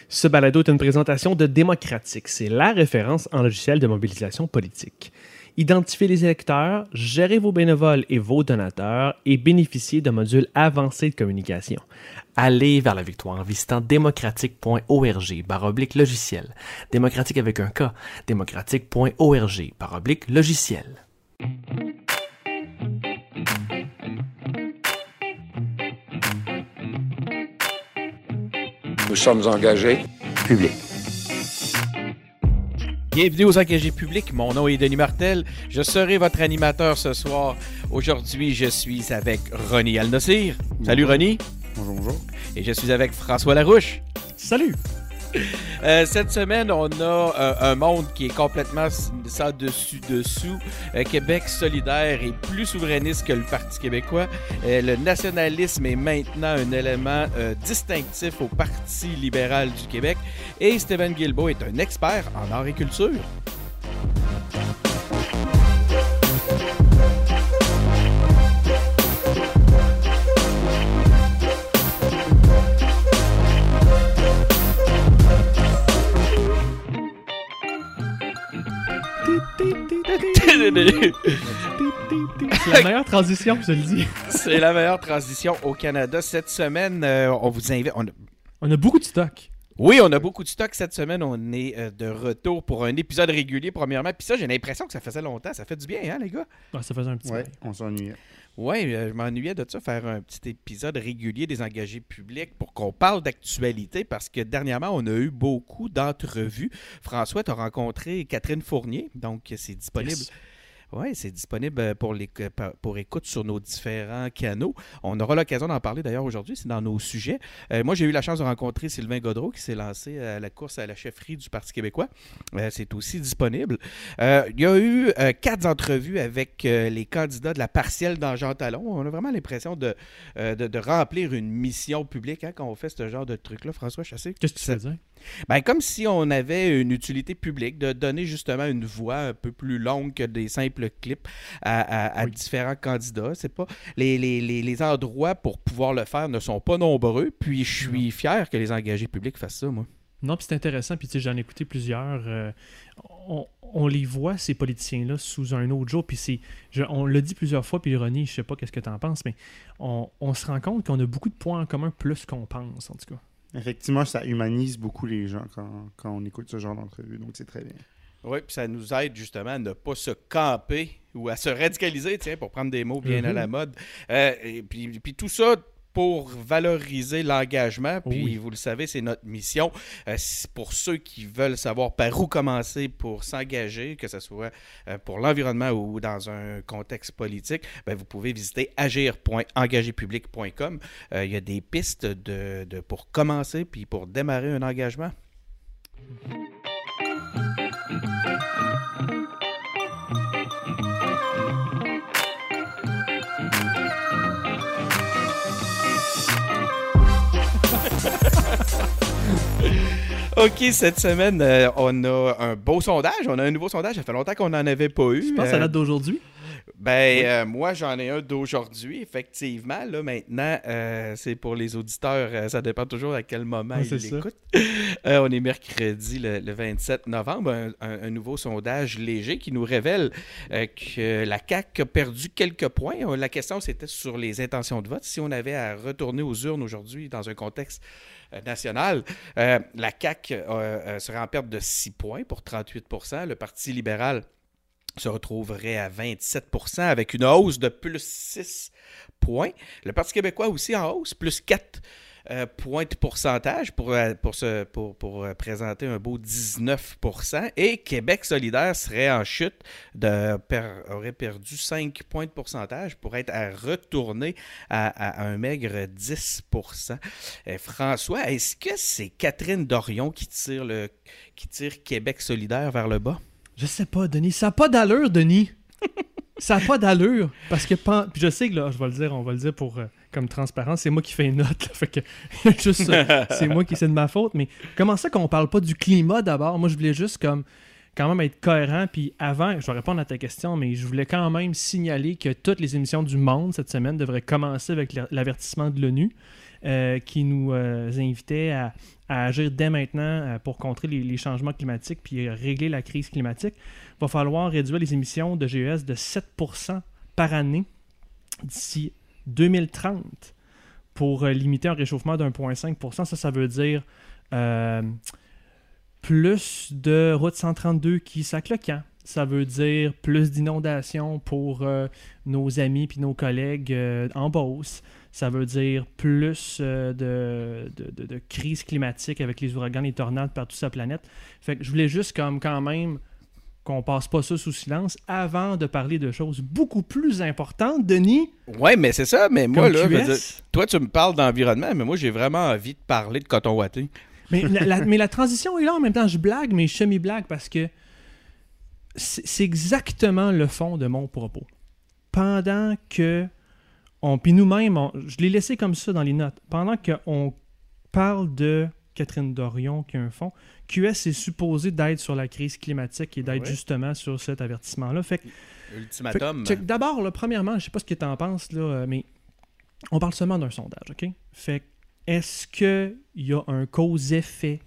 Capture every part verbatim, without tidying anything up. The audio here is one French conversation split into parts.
Ce balado est une présentation de Démocratique. C'est la référence en logiciel de mobilisation politique. Identifiez les électeurs, gérez vos bénévoles et vos donateurs et bénéficiez d'un module avancé de communication. Allez vers la victoire en visitant démocratique.org barre oblique logiciel. Démocratique avec un K. Démocratique.org barre oblique logiciel. Nous sommes engagés publics. Bienvenue aux Engagés publics, mon nom est Denis Martel, je serai votre animateur ce soir. Aujourd'hui, je suis avec Ronnie Al-Nassir. Salut Ronnie. Bonjour, bonjour. Et je suis avec François Larouche. Salut! Euh, cette semaine, on a euh, un monde qui est complètement sans dessus-dessous. Euh, Québec solidaire est plus souverainiste que le Parti québécois. Euh, le nationalisme est maintenant un élément euh, distinctif au Parti libéral du Québec. Et Stephen Guilbeault est un expert en art et culture. C'est la meilleure transition, je le dis. C'est la meilleure transition au Canada. Cette semaine, euh, on vous invite... On a... On a beaucoup de stock. Oui, on a beaucoup de stock cette semaine. On est euh, de retour pour un épisode régulier, premièrement. Puis ça, j'ai l'impression que ça faisait longtemps. Ça fait du bien, hein, les gars? Ouais, ça faisait un petit Ouais, peu. on s'ennuyait. Oui, euh, je m'ennuyais de ça, faire un petit épisode régulier des engagés publics pour qu'on parle d'actualité, parce que dernièrement, on a eu beaucoup d'entrevues. François, tu as rencontré Catherine Fournier, donc c'est disponible. Yes. Oui, c'est disponible pour, les, pour écoute sur nos différents canaux. On aura l'occasion d'en parler d'ailleurs aujourd'hui, c'est dans nos sujets. Euh, moi, j'ai eu la chance de rencontrer Sylvain Gaudreault qui s'est lancé à la course à la chefferie du Parti québécois. Euh, c'est aussi disponible. Euh, il y a eu euh, quatre entrevues avec euh, les candidats de la partielle dans Jean Talon. On a vraiment l'impression de, euh, de, de remplir une mission publique hein, quand on fait ce genre de truc-là. François, je sais. Qu'est-ce que tu veux dire? Ben, comme si on avait une utilité publique, de donner justement une voix un peu plus longue que des simples clips à, à, à oui. différents candidats. C'est pas les, les, les, les endroits pour pouvoir le faire ne sont pas nombreux, puis je suis fier que les engagés publics fassent ça, moi. Non, puis c'est intéressant, puis tu sais, j'en ai écouté plusieurs. Euh, on, on les voit, ces politiciens-là, sous un autre jour, puis c'est, je, on l'a dit plusieurs fois, puis Ronnie, je sais pas qu'est-ce que tu en penses, mais on, on se rend compte qu'on a beaucoup de points en commun plus qu'on pense, en tout cas. Effectivement, ça humanise beaucoup les gens quand, quand on écoute ce genre d'entrevue, donc c'est très bien. Oui, puis ça nous aide justement à ne pas se camper ou à se radicaliser, tiens, pour prendre des mots bien mm-hmm. à la mode. Euh, et puis, puis tout ça pour valoriser l'engagement, puis oui. vous le savez, c'est notre mission. Euh, pour ceux qui veulent savoir par où commencer pour s'engager, que ce soit euh, pour l'environnement ou dans un contexte politique, ben, vous pouvez visiter agir point engagé public point com. Euh, il y a des pistes de, de, pour commencer, puis pour démarrer un engagement. OK, cette semaine, euh, on a un beau sondage. On a un nouveau sondage. Ça fait longtemps qu'on n'en avait pas eu. Tu penses à la date d'aujourd'hui? Ben, oui. euh, moi, j'en ai un d'aujourd'hui, effectivement. Là, maintenant, euh, c'est pour les auditeurs. Euh, ça dépend toujours à quel moment oui, ils l'écoutent. euh, on est mercredi, le, le vingt-sept novembre. Un, un, un nouveau sondage léger qui nous révèle euh, que la C A Q a perdu quelques points. La question, c'était sur les intentions de vote. Si on avait à retourner aux urnes aujourd'hui dans un contexte national, euh, la C A Q euh, euh, serait en perte de six points pour trente-huit pour cent. Le Parti libéral se retrouverait à vingt-sept pour cent avec une hausse de plus six points. Le Parti québécois aussi en hausse, plus quatre euh, points de pourcentage pour, pour, ce, pour, pour présenter un beau dix-neuf pour cent. Et Québec solidaire serait en chute, de, per, aurait perdu cinq points de pourcentage pour être à retourner à, à un maigre dix pour cent. Euh, François, est-ce que c'est Catherine Dorion qui tire, le, qui tire Québec solidaire vers le bas? Je sais pas, Denis. Ça n'a pas d'allure, Denis. Ça n'a pas d'allure. Parce que, puis je sais que là, je vais le dire, on va le dire pour euh, comme transparence, c'est moi qui fais une note. Là, fait que juste, euh, c'est moi qui, c'est de ma faute. Mais comment ça qu'on parle pas du climat d'abord? Moi, je voulais juste comme quand même être cohérent. Puis avant, je vais répondre à ta question, mais je voulais quand même signaler que toutes les émissions du Monde cette semaine devraient commencer avec l'avertissement de l'ONU. euh, qui nous euh, invitait à, à agir dès maintenant euh, pour contrer les, les changements climatiques puis régler la crise climatique. Il va falloir réduire les émissions de G E S de sept pour cent par année d'ici deux mille trente pour euh, limiter un réchauffement d'un virgule cinq pour cent. Ça, ça veut dire euh, plus de route cent trente-deux qui sacent le camp. Ça veut dire plus d'inondations pour euh, nos amis et nos collègues euh, en Beauce. Ça veut dire plus euh, de, de, de, de crise climatique avec les ouragans, les tornades partout sur la planète. Fait que je voulais juste comme quand même qu'on passe pas ça sous silence avant de parler de choses beaucoup plus importantes, Denis. Oui, mais c'est ça. Mais moi, là, Q S. je veux dire, toi, tu me parles d'environnement, mais moi, j'ai vraiment envie de parler de coton ouaté. Mais la, la, mais la transition est là en même temps. Je blague, mais je semi-blague parce que c'est, c'est exactement le fond de mon propos. Pendant que on, puis nous-mêmes, on, je l'ai laissé comme ça dans les notes. Pendant qu'on parle de Catherine Dorion qui a un fond, Q S est supposé d'être sur la crise climatique et d'être Ouais. justement sur cet avertissement-là. Fait que, Ultimatum. fait que, d'abord, là, premièrement, je sais pas ce que tu en penses, là, mais on parle seulement d'un sondage, OK? Fait que, est-ce qu'il y a un cause-effet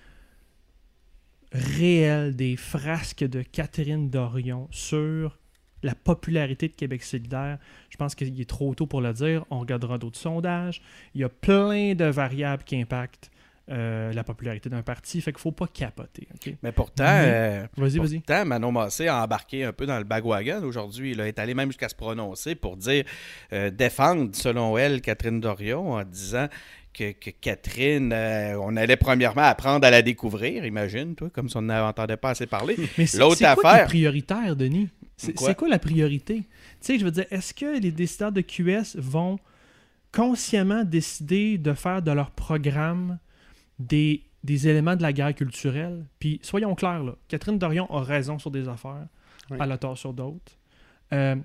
réel des frasques de Catherine Dorion sur la popularité de Québec solidaire? Je pense qu'il est trop tôt pour le dire. On regardera d'autres sondages. Il y a plein de variables qui impactent euh, la popularité d'un parti. Fait qu'il ne faut pas capoter. Okay? Mais pourtant, Mais- euh, Vas-y, vas-y. pourtant, Manon Massé a embarqué un peu dans le bagwagon aujourd'hui. Il est allé même jusqu'à se prononcer pour dire, euh, défendre, selon elle, Catherine Dorion, en disant que, que Catherine, euh, on allait premièrement apprendre à la découvrir, imagine, toi, comme si on n'entendait pas assez parler. Mais c'est, L'autre c'est quoi qui est affaire- prioritaire, Denis? C'est Quoi? c'est quoi la priorité? Tu sais, je veux dire, est-ce que les décideurs de Q S vont consciemment décider de faire de leur programme des, des éléments de la guerre culturelle? Puis, soyons clairs, là, Catherine Dorion a raison sur des affaires, Oui. elle a tort sur d'autres. Euh,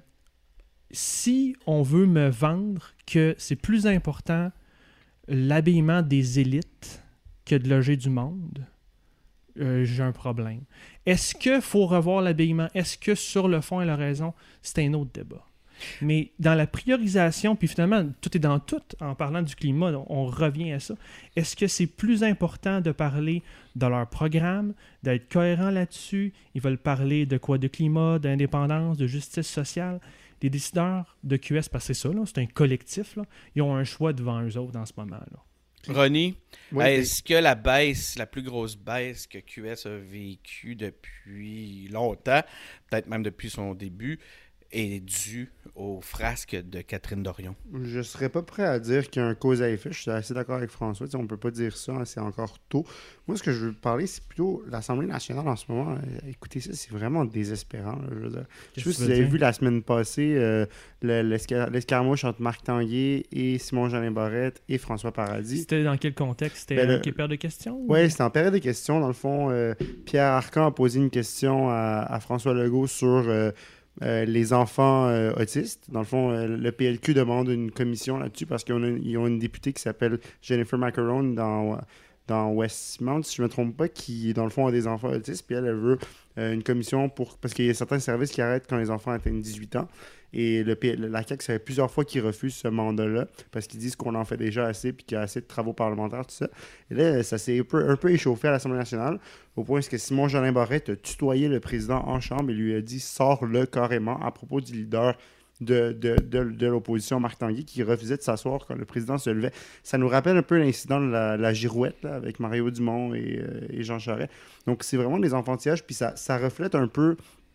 si on veut me vendre que c'est plus important l'habillement des élites que de loger du monde, euh, j'ai un problème. Est-ce qu'il faut revoir l'habillement? Est-ce que sur le fond, elle a raison? C'est un autre débat. Mais dans la priorisation, puis finalement, tout est dans tout, en parlant du climat, on, on revient à ça. Est-ce que c'est plus important de parler de leur programme, d'être cohérent là-dessus? Ils veulent parler de quoi? De climat, d'indépendance, de justice sociale? Les décideurs de Q S, parce que c'est ça, là, c'est un collectif, là, ils ont un choix devant eux autres en ce moment. Là. Ronnie, Oui, est-ce que la baisse, la plus grosse baisse que Q S a vécue depuis longtemps, peut-être même depuis son début, est due aux frasques de Catherine Dorion? Je serais pas prêt à dire qu'il y a un cause à effet. Je suis assez d'accord avec François. Tu sais, on peut pas dire ça, hein, c'est encore tôt. Moi, ce que je veux parler, c'est plutôt l'Assemblée nationale en ce moment. Euh, écoutez ça, c'est vraiment désespérant. Là, je veux dire. Je sais pas si vous avez vu la semaine passée euh, le- l'esca- l'escarmouche entre Marc Tanguay et Simon-Jeanin Barrette et François Paradis. C'était dans quel contexte? C'était Ben, un le- qui est père de questions? ou- Oui, c'était en période de questions. Dans le fond, euh, Pierre Arcan a posé une question à, à François Legault sur euh, euh, les enfants euh, autistes. Dans le fond, euh, le P L Q demande une commission là-dessus parce qu'ils ont une, ils ont une députée qui s'appelle Jennifer Macaron dans, dans Westmount, si je ne me trompe pas, qui, dans le fond, a des enfants autistes. Puis elle, elle veut euh, une commission pour... Parce qu'il y a certains services qui arrêtent quand les enfants atteignent dix-huit ans. Et le, P- la C A Q, ça fait plusieurs fois qu'ils refusent ce mandat-là parce qu'ils disent qu'on en fait déjà assez puis qu'il y a assez de travaux parlementaires, tout ça. Et là, ça s'est un peu, un peu échauffé à l'Assemblée nationale au point que Simon-Jeanin Barrette a tutoyé le président en chambre et lui a dit « sors-le carrément » à propos du leader de, de, de, de l'opposition, Marc Tanguay, qui refusait de s'asseoir quand le président se levait. Ça nous rappelle un peu l'incident de la, la girouette là, avec Mario Dumont et, euh, et Jean Charest. Donc, c'est vraiment des enfantillages puis ça, ça reflète un peu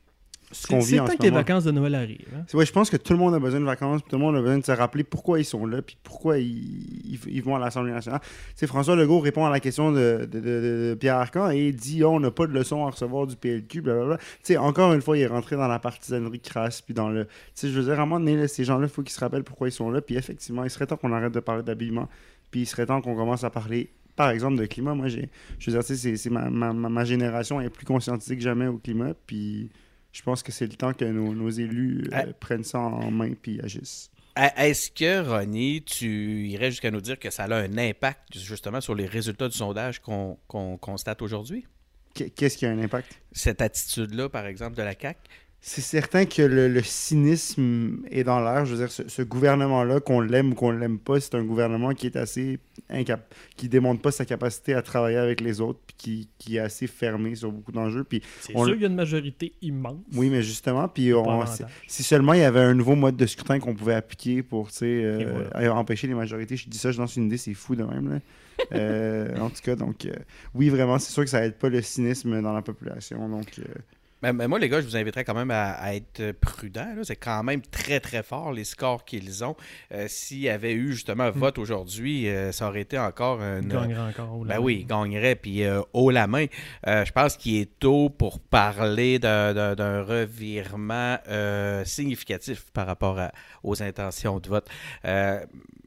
ce qu'on C'est, vit c'est en temps ce que les moment. vacances de Noël arrivent. Hein? Ouais, je pense que tout le monde a besoin de vacances, puis tout le monde a besoin de se rappeler pourquoi ils sont là, puis pourquoi ils, ils, ils vont à l'Assemblée nationale. Tu sais, François Legault répond à la question de, de, de, de- de Pierre Arcan et dit oh, on n'a pas de leçon à recevoir du P L Q, blablabla. Tu sais, encore une fois, il est rentré dans la partisanerie crasse, puis dans le. Tu sais, je veux dire, à un moment donné, là, ces gens-là, il faut qu'ils se rappellent pourquoi ils sont là, puis effectivement, il serait temps qu'on arrête de parler d'habillement, puis il serait temps qu'on commence à parler. Par exemple, de climat, moi, j'ai, je veux dire, tu sais, c'est, c'est ma, ma, ma, ma génération est plus conscientisée que jamais au climat, puis je pense que c'est le temps que nos, nos élus euh, Ah. prennent ça en main puis agissent. À- Est-ce que, Ronnie, tu irais jusqu'à nous dire que ça a un impact justement sur les résultats du sondage qu'on qu'on constate aujourd'hui? Qu- Qu'est-ce qui a un impact? Cette attitude-là, par exemple, de la C A Q? C'est certain que le, le cynisme est dans l'air. Je veux dire, ce, ce gouvernement-là, qu'on l'aime ou qu'on ne l'aime pas, c'est un gouvernement qui est assez incap- qui démontre pas sa capacité à travailler avec les autres, puis qui, qui est assez fermé sur beaucoup d'enjeux. Puis C'est on... sûr qu'il y a une majorité immense. Oui, mais justement, puis on, Pas si, avantage. si seulement il y avait un nouveau mode de scrutin qu'on pouvait appliquer pour, tu sais, euh, Et voilà. empêcher les majorités. Je dis ça, je lance une idée, c'est fou de même, là. Euh, en tout cas, donc, euh, oui, vraiment, c'est sûr que ça aide pas le cynisme dans la population, donc... euh, Mais, mais moi, les gars, je vous inviterais quand même à, à être prudents. là. C'est quand même très, très fort, les scores qu'ils ont. Euh, s'il y avait eu justement un vote aujourd'hui, euh, ça aurait été encore un... Il gagnerait encore. haut la Ben main. oui, il gagnerait, puis euh, haut la main. Euh, je pense qu'il est tôt pour parler d'un, d'un, d'un revirement euh, significatif par rapport à- aux intentions de vote. Euh,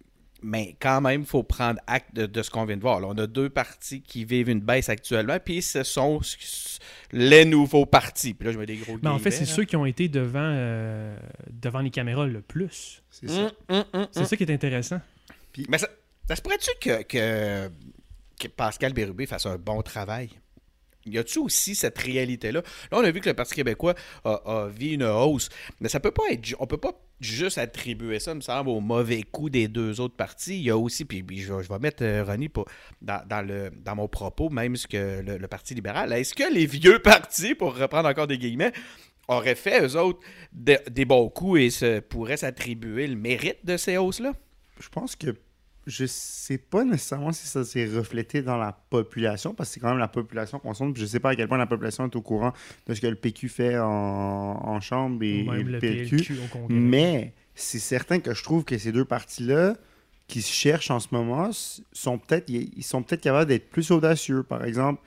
mais quand même, il faut prendre acte de, de ce qu'on vient de voir. Là, on a deux partis qui vivent une baisse actuellement, puis ce sont les nouveaux partis. Puis là, je mets des gros Mais en fait, guillemets, c'est là. ceux qui ont été devant, euh, devant les caméras le plus. c'est ça. Hum, hum, hum, C'est hum. ça qui est intéressant. Mais ça, ça se pourrait-tu que, que, que Pascal Bérubé fasse un bon travail? Y a-tu aussi cette réalité-là? Là, on a vu que le Parti québécois a, a vu une hausse, mais ça peut pas être... ju- On peut pas juste attribuer ça, me semble, au mauvais coup des deux autres partis. Il y a aussi... Puis, puis je, vais- je vais mettre euh, Ronnie pour, dans, dans, le, dans mon propos, même ce que le, le Parti libéral. Est-ce que les vieux partis, pour reprendre encore des guillemets, auraient fait, eux autres, de- des bons coups et se, pourraient s'attribuer le mérite de ces hausses-là? Je pense que je sais pas nécessairement si ça s'est reflété dans la population, parce que c'est quand même la population qu'on sonde, puis je sais pas à quel point la population est au courant de ce que le P Q fait en, en chambre et, Ou et même le le P L Q. P L Q au Congrès. Mais c'est certain que je trouve que ces deux partis-là, qui se cherchent en ce moment, s- sont peut-être ils sont peut-être capables d'être plus audacieux. Par exemple,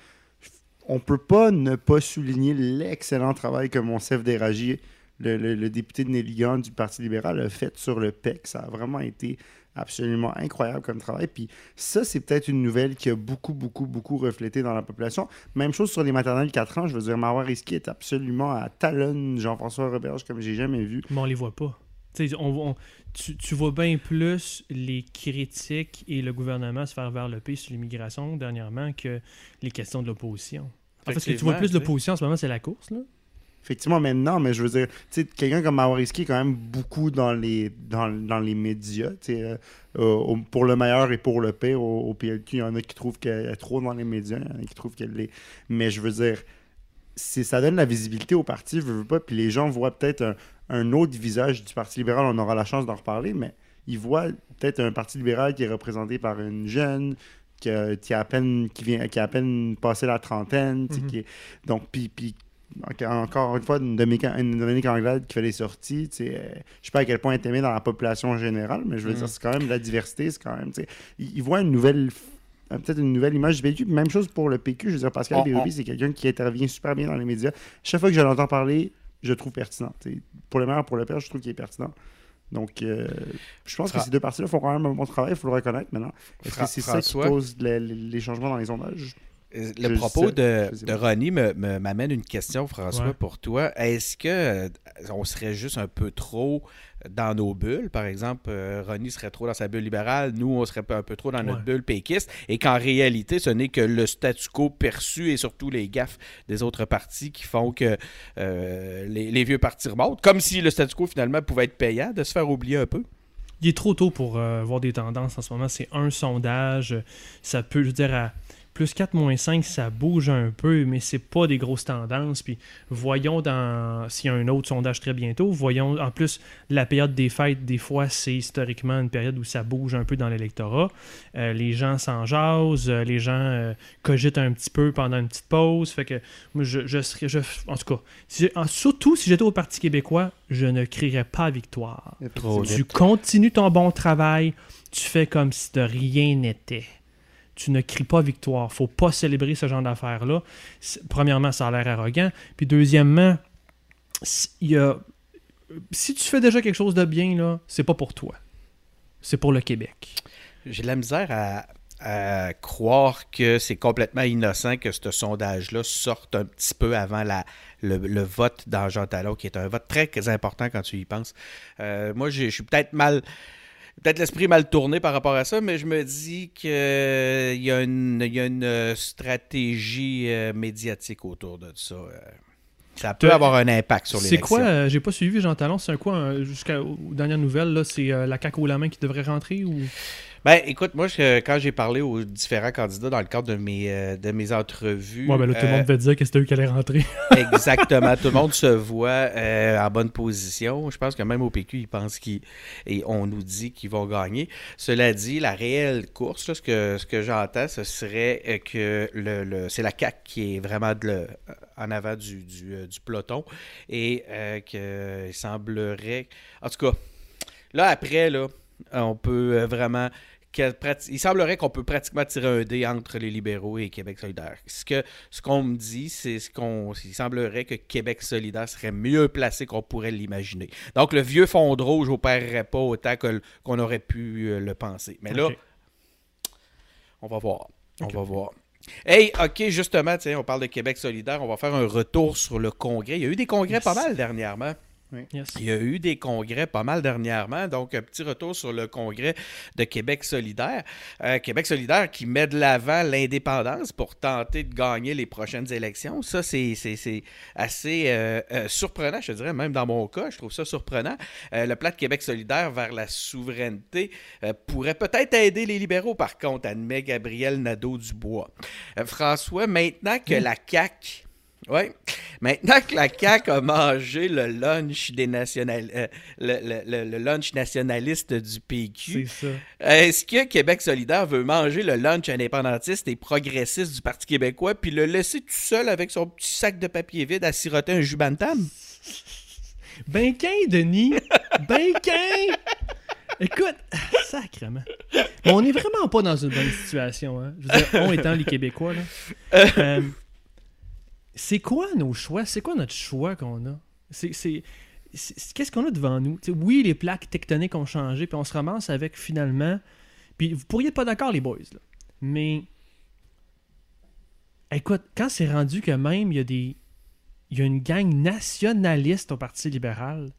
on peut pas ne pas souligner l'excellent travail que Monsef Déragi, le, le- le député de Néligan du Parti libéral, a fait sur le P E C. Ça a vraiment été absolument incroyable comme travail. Puis ça, c'est peut-être une nouvelle qui a beaucoup, beaucoup, beaucoup reflété dans la population. Même chose sur les maternelles quatre ans. Je veux dire, Marois Risky est absolument à talonne Jean-François Roberge comme j'ai jamais vu. Mais on les voit pas. Tu sais, on, on- tu, tu vois bien plus les critiques et le gouvernement se faire vers le P sur l'immigration dernièrement que les questions de l'opposition. En fait, ce que tu vois le plus de Effectivement, l'opposition en ce moment, c'est la course. Là. Effectivement, maintenant, mais je veux dire, tu sais, quelqu'un comme Maoriski est quand même beaucoup dans les, dans, dans les médias, tu sais, euh, euh, au- pour le meilleur et pour le pire, au, au P L Q, il y en a qui trouvent qu'elle est trop dans les médias, il y en a qui trouvent qu'elle l'est. Mais je veux dire, c'est, ça donne la visibilité au parti, je veux pas, puis les gens voient peut-être un, un autre visage du Parti libéral, on aura la chance d'en reparler, mais ils voient peut-être un Parti libéral qui est représenté par une jeune, qui a, qui a à peine, qui vient, qui a à peine passé la trentaine, tu sais, Mhm. qui est- donc, puis, puis encore une fois, une Dominique, une Dominique Anglade qui fait des sorties, tu sais, euh, je sais pas à quel point elle est aimée dans la population générale, mais je veux Mm. dire, c'est quand même de la diversité, c'est quand même, tu sais, ils, ils voient une nouvelle, euh, peut-être une nouvelle image du P Q, même chose pour le P Q, je veux dire, Pascal On- Bérubé, on- c'est quelqu'un qui intervient super bien dans les médias. Chaque fois que je l'entends parler, je le trouve pertinent, tu sais. Pour le meilleur, pour le pire, je trouve qu'il est pertinent. Donc, euh, je pense Fra- que ces deux parties-là font quand même un bon travail, il faut le reconnaître maintenant. Est-ce Fra- que c'est ça qui François? cause les, les changements dans les sondages? Le Je propos sais- de, je sais de pas. Ronnie me- me- m'amène une question, François, Ouais. pour toi. Est-ce que euh, on serait juste un peu trop dans nos bulles? Par exemple, euh, Ronnie serait trop dans sa bulle libérale, nous, on serait un peu trop dans notre Ouais. bulle péquiste, et qu'en réalité, ce n'est que le statu quo perçu et surtout les gaffes des autres partis qui font que euh, les, les vieux partis remontent, comme si le statu quo, finalement, pouvait être payant, de se faire oublier un peu. Il est trop tôt pour euh, voir des tendances en ce moment. C'est un sondage. Ça peut, je veux dire, à plus quatre, moins cinq, ça bouge un peu, mais c'est pas des grosses tendances. Puis voyons dans s'il y a un autre sondage très bientôt. Voyons, en plus, la période des fêtes, des fois, c'est historiquement une période où ça bouge un peu dans l'électorat. Euh, les gens s'en jasent, euh, les gens euh, cogitent un petit peu pendant une petite pause. Fait que moi, je, je serais. Je, en tout cas, si j'ai- en- surtout si j'étais au Parti québécois, je ne crierais pas victoire. Trop Tu continues ton bon travail, tu fais comme si de rien n'était. Tu ne cries pas victoire. Faut pas célébrer ce genre d'affaires-là. C'est- Premièrement, ça a l'air arrogant. Puis deuxièmement, si, il y a- si tu fais déjà quelque chose de bien, là, c'est pas pour toi. C'est pour le Québec. J'ai de la misère à, à croire que c'est complètement innocent que ce sondage-là sorte un petit peu avant la, le, le vote dans Jean Talon, qui est un vote très important quand tu y penses. Euh, moi, j'ai- je suis peut-être mal... Peut-être l'esprit mal tourné par rapport à ça, mais je me dis qu'il y a une, il y a une euh, stratégie euh, médiatique autour de ça. euh. Ça peut avoir un impact sur l'élection. C'est quoi, euh, j'ai pas suivi Jean Talon, c'est quoi, euh, jusqu'aux dernières nouvelles, là, c'est euh, la C A Q haut la main qui devrait rentrer ou... Ben, écoute, moi, je, quand j'ai parlé aux différents candidats dans le cadre de mes, euh, de mes entrevues... Ouais, ben là, tout le monde va dire que c'était eux qui allaient rentrer. Exactement. Tout le monde se voit euh, en bonne position. Je pense que même au P Q, ils pensent qu'ils... Et on nous dit qu'ils vont gagner. Cela dit, la réelle course, là, ce que, ce que j'entends, ce serait que le, le, c'est la C A Q qui est vraiment de le, en avant du, du, du peloton et euh, qu'il semblerait... En tout cas, là, après, là, on peut vraiment... Il semblerait qu'on peut pratiquement tirer un dé entre les libéraux et Québec solidaire. Ce que ce qu'on me dit, c'est ce qu'on il semblerait que Québec solidaire serait mieux placé qu'on pourrait l'imaginer. Donc, le vieux fond de rouge n'opérerait pas autant que, qu'on aurait pu le penser. Mais là, okay. on va voir. On okay. va voir. Hey, OK, justement, on parle de Québec solidaire. On va faire un retour sur le congrès. Il y a eu des congrès yes. pas mal dernièrement. Oui. Yes. Il y a eu des congrès pas mal dernièrement, donc un petit retour sur le congrès de Québec solidaire. Euh, Québec solidaire qui met de l'avant l'indépendance pour tenter de gagner les prochaines élections. Ça, c'est, c'est, c'est assez euh, euh, surprenant, je te dirais, même dans mon cas, je trouve ça surprenant. Euh, le plan de Québec solidaire vers la souveraineté euh, pourrait peut-être aider les libéraux, par contre, admet Gabriel Nadeau-Dubois. Euh, François, maintenant que mmh. la C A Q... Oui. Maintenant que la C A Q a mangé le lunch des national... euh, le, le, le lunch nationaliste du P Q, c'est ça. Est-ce que Québec solidaire veut manger le lunch indépendantiste et progressiste du Parti québécois puis le laisser tout seul avec son petit sac de papier vide à siroter un jus bantam? Ben qu'un, Denis! Ben qu'un! Écoute, sacrément. On n'est vraiment pas dans une bonne situation. Hein? Je veux dire, on étant les Québécois, là. Euh, C'est quoi nos choix? C'est quoi notre choix qu'on a? C'est, c'est, c'est, qu'est-ce qu'on a devant nous? T'sais, oui, les plaques tectoniques ont changé, puis on se ramasse avec finalement... Puis vous pourriez être pas d'accord, les boys, là. Mais... Écoute, quand c'est rendu que même il y a des... Il y a une gang nationaliste au Parti libéral,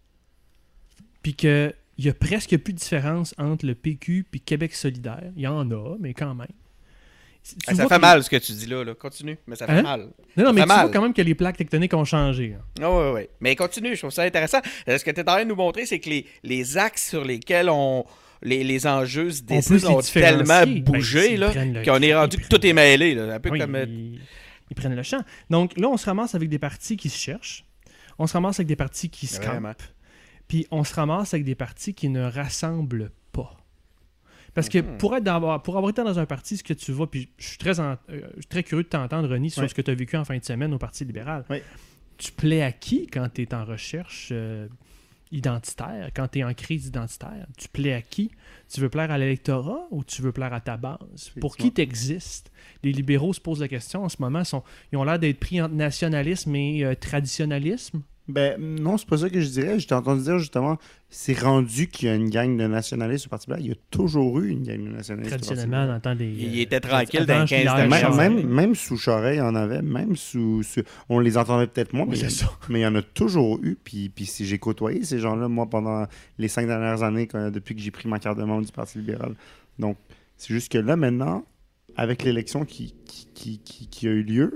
puis qu'il y a presque plus de différence entre le P Q et Québec solidaire. Il y en a, mais quand même. Ah, ça fait mal les... ce que tu dis là, là. Continue, mais ça fait hein? mal. Non, non, ça mais tu mal. vois quand même que les plaques tectoniques ont changé. Ah oui, oui, oui. Mais continue, je trouve ça intéressant. Euh, ce que tu es en train de nous montrer, c'est que les, les axes sur lesquels on... les, les enjeux se décident ont tellement bougé ben, là, qu'on est rendu que tout est mêlé. Là, un peu oui, comme... Ils... ils prennent le champ. Donc là, on se ramasse avec des partis qui se cherchent. On se ramasse avec des partis qui se campent. Puis on se ramasse avec des partis qui ne rassemblent pas. Parce que mm-hmm. pour, être dans, pour avoir été dans un parti, ce que tu vas, puis je suis très, en, euh, très curieux de t'entendre, René, sur oui. ce que tu as vécu en fin de semaine au Parti libéral. Oui. Tu plais à qui quand tu es en recherche euh, identitaire, quand tu es en crise identitaire? Tu plais à qui? Tu veux plaire à l'électorat ou tu veux plaire à ta base? Pour qui tu existes? Les libéraux se posent la question en ce moment. Sont, ils ont l'air d'être pris entre nationalisme et euh, traditionnalisme. Ben non, c'est pas ça que je dirais. Je t'ai entendu dire justement, c'est rendu qu'il y a une gang de nationalistes au Parti libéral. Il y a toujours eu une gang de nationalistes. Traditionnellement, dans le temps des... Il était tranquille dans quinze dernières même, même, même sous Charest, il y en avait. Même sous... sous on les entendait peut-être moins, mais, c'est ça. mais il y en a toujours eu. Puis, puis si j'ai côtoyé ces gens-là, moi, pendant les cinq dernières années, quand, depuis que j'ai pris ma carte de membre du Parti libéral. Donc, c'est juste que là, maintenant, avec l'élection qui, qui, qui, qui, qui a eu lieu,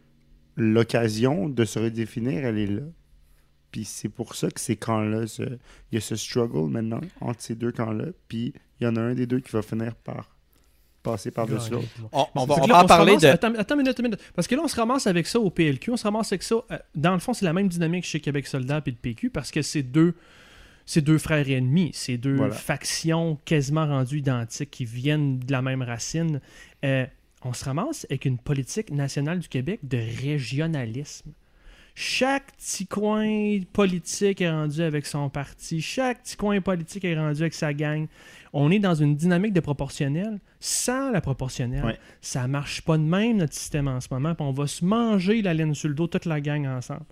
l'occasion de se redéfinir, elle est là. Puis c'est pour ça que ces camps-là, ce, il y a ce struggle maintenant entre ces deux camps-là. Puis il y en a un des deux qui va finir par passer par-dessus l'autre. On, on va, on va en parler ramasse, de... Attends, attends une minute, une minute. Parce que là, on se ramasse avec ça au P L Q. On se ramasse avec ça... Euh, dans le fond, c'est la même dynamique chez Québec solidaire et le P Q parce que c'est deux, c'est deux frères ennemis. C'est deux voilà. factions quasiment rendues identiques qui viennent de la même racine. Euh, on se ramasse avec une politique nationale du Québec de régionalisme. Chaque petit coin politique est rendu avec son parti. Chaque petit coin politique est rendu avec sa gang. On est dans une dynamique de proportionnelle. Sans la proportionnelle, ouais. ça ne marche pas de même, notre système en ce moment. Puis on va se manger la laine sur le dos, toute la gang ensemble.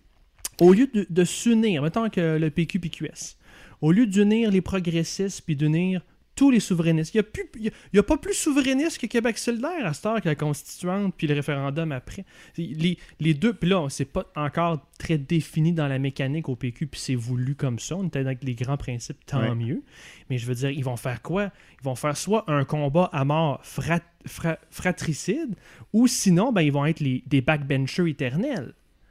Au lieu de, de s'unir, mettons que le P Q P Q S, au lieu d'unir les progressistes puis d'unir tous les souverainistes. Il n'y a, a pas plus souverainiste que Québec solidaire à cette heure que la constituante puis le référendum après. Les, les deux, puis là, c'est pas encore très défini dans la mécanique au P Q, puis c'est voulu comme ça. On est avec les grands principes, tant ouais. mieux. Mais je veux dire, ils vont faire quoi? Ils vont faire soit un combat à mort frat, frat, fratricide, ou sinon, ben, ils vont être les, des backbenchers éternels. Ben,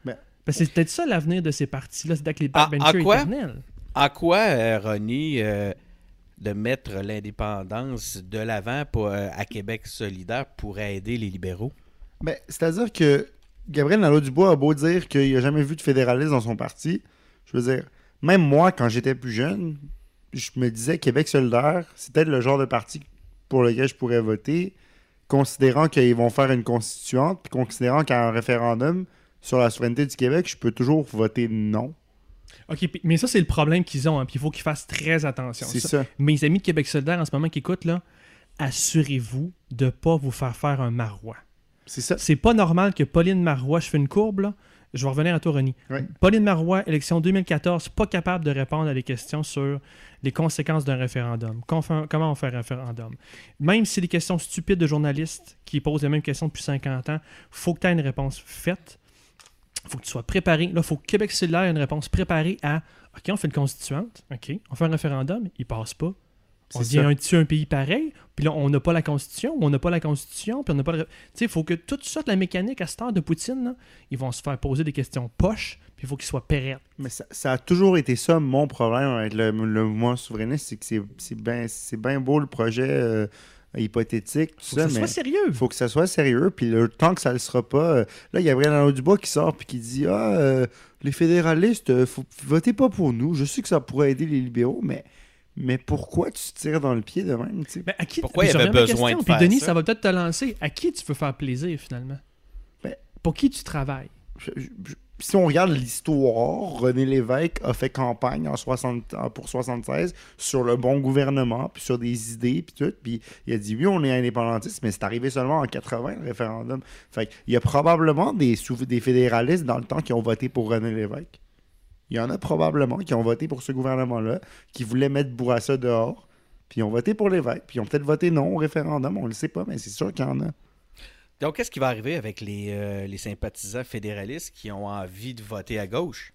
Ben, c'est peut-être ça l'avenir de ces partis-là, c'est d'être les Ah, backbenchers en quoi? éternels. En quoi, euh, Ronnie, euh, de mettre l'indépendance de l'avant pour, euh, à Québec solidaire pourrait aider les libéraux? Ben, c'est-à-dire que Gabriel Nadeau-Dubois a beau dire qu'il n'a jamais vu de fédéralisme dans son parti. Je veux dire, même moi, quand j'étais plus jeune, je me disais Québec solidaire, c'est peut-être le genre de parti pour lequel je pourrais voter, considérant qu'ils vont faire une constituante, puis considérant qu'il y a un référendum sur la souveraineté du Québec, je peux toujours voter non. OK, puis- mais ça, c'est le problème qu'ils ont, hein, puis il faut qu'ils fassent très attention. C'est Ça- ça. Mes amis de Québec solidaire en ce moment qui écoutent, là, assurez-vous de ne pas vous faire faire un marois. C'est ça. C'est pas normal que Pauline Marois, je fais une courbe, là. Je vais revenir à toi, Ronnie. Ouais. Pauline Marois, élection deux mille quatorze, pas capable de répondre à des questions sur les conséquences d'un référendum. Qu'on fait un- comment on fait un référendum. Même si c'est des questions stupides de journalistes qui posent les mêmes questions depuis cinquante ans, faut que tu aies une réponse faite. Faut que tu sois préparé. Là, il faut que Québec solidaire ait une réponse préparée à OK, on fait une constituante, OK, on fait un référendum, il passe pas. On C'est devient ça. un, tu un pays pareil, puis là, on n'a pas la Constitution, ou on n'a pas la Constitution, puis on n'a pas le... Tu sais, il faut que toute sorte la mécanique à cette heure de Poutine, là, ils vont se faire poser des questions poches, puis il faut qu'ils soient pérennes. Mais ça, ça a toujours été ça, mon problème avec le, le mouvement souverainiste, c'est que c'est, c'est bien c'est bien beau le projet euh, hypothétique, tout Faut ça, que ça mais soit sérieux. il faut que ça soit sérieux. Puis le temps que ça le sera pas, euh, là, il y a Gabriel Nadeau-Dubois qui sort puis qui dit Ah, euh, les fédéralistes, euh, faut, votez pas pour nous. Je sais que ça pourrait aider les libéraux, mais, mais pourquoi tu te tires dans le pied de même, tu sais? Ben, à qui... Pourquoi il y je avait reviens à ma besoin question, de puis faire Denis, ça? ça va peut-être te lancer. À qui tu veux faire plaisir, finalement? Ben- Pour qui tu travailles? Je- je- je- si on regarde l'histoire, René Lévesque a fait campagne en soixante, en- pour soixante-seize sur le bon gouvernement, puis sur des idées, puis tout. Puis il a dit oui, on est indépendantiste, mais c'est arrivé seulement en quatre-vingts, le référendum. Fait qu'il y a probablement des, sou- des fédéralistes dans le temps qui ont voté pour René Lévesque. Il y en a probablement qui ont voté pour ce gouvernement-là, qui voulaient mettre Bourassa dehors, puis ils ont voté pour Lévesque, puis ils ont peut-être voté non au référendum, on le sait pas, mais c'est sûr qu'il y en a. Donc, qu'est-ce qui va arriver avec les, euh, les sympathisants fédéralistes qui ont envie de voter à gauche?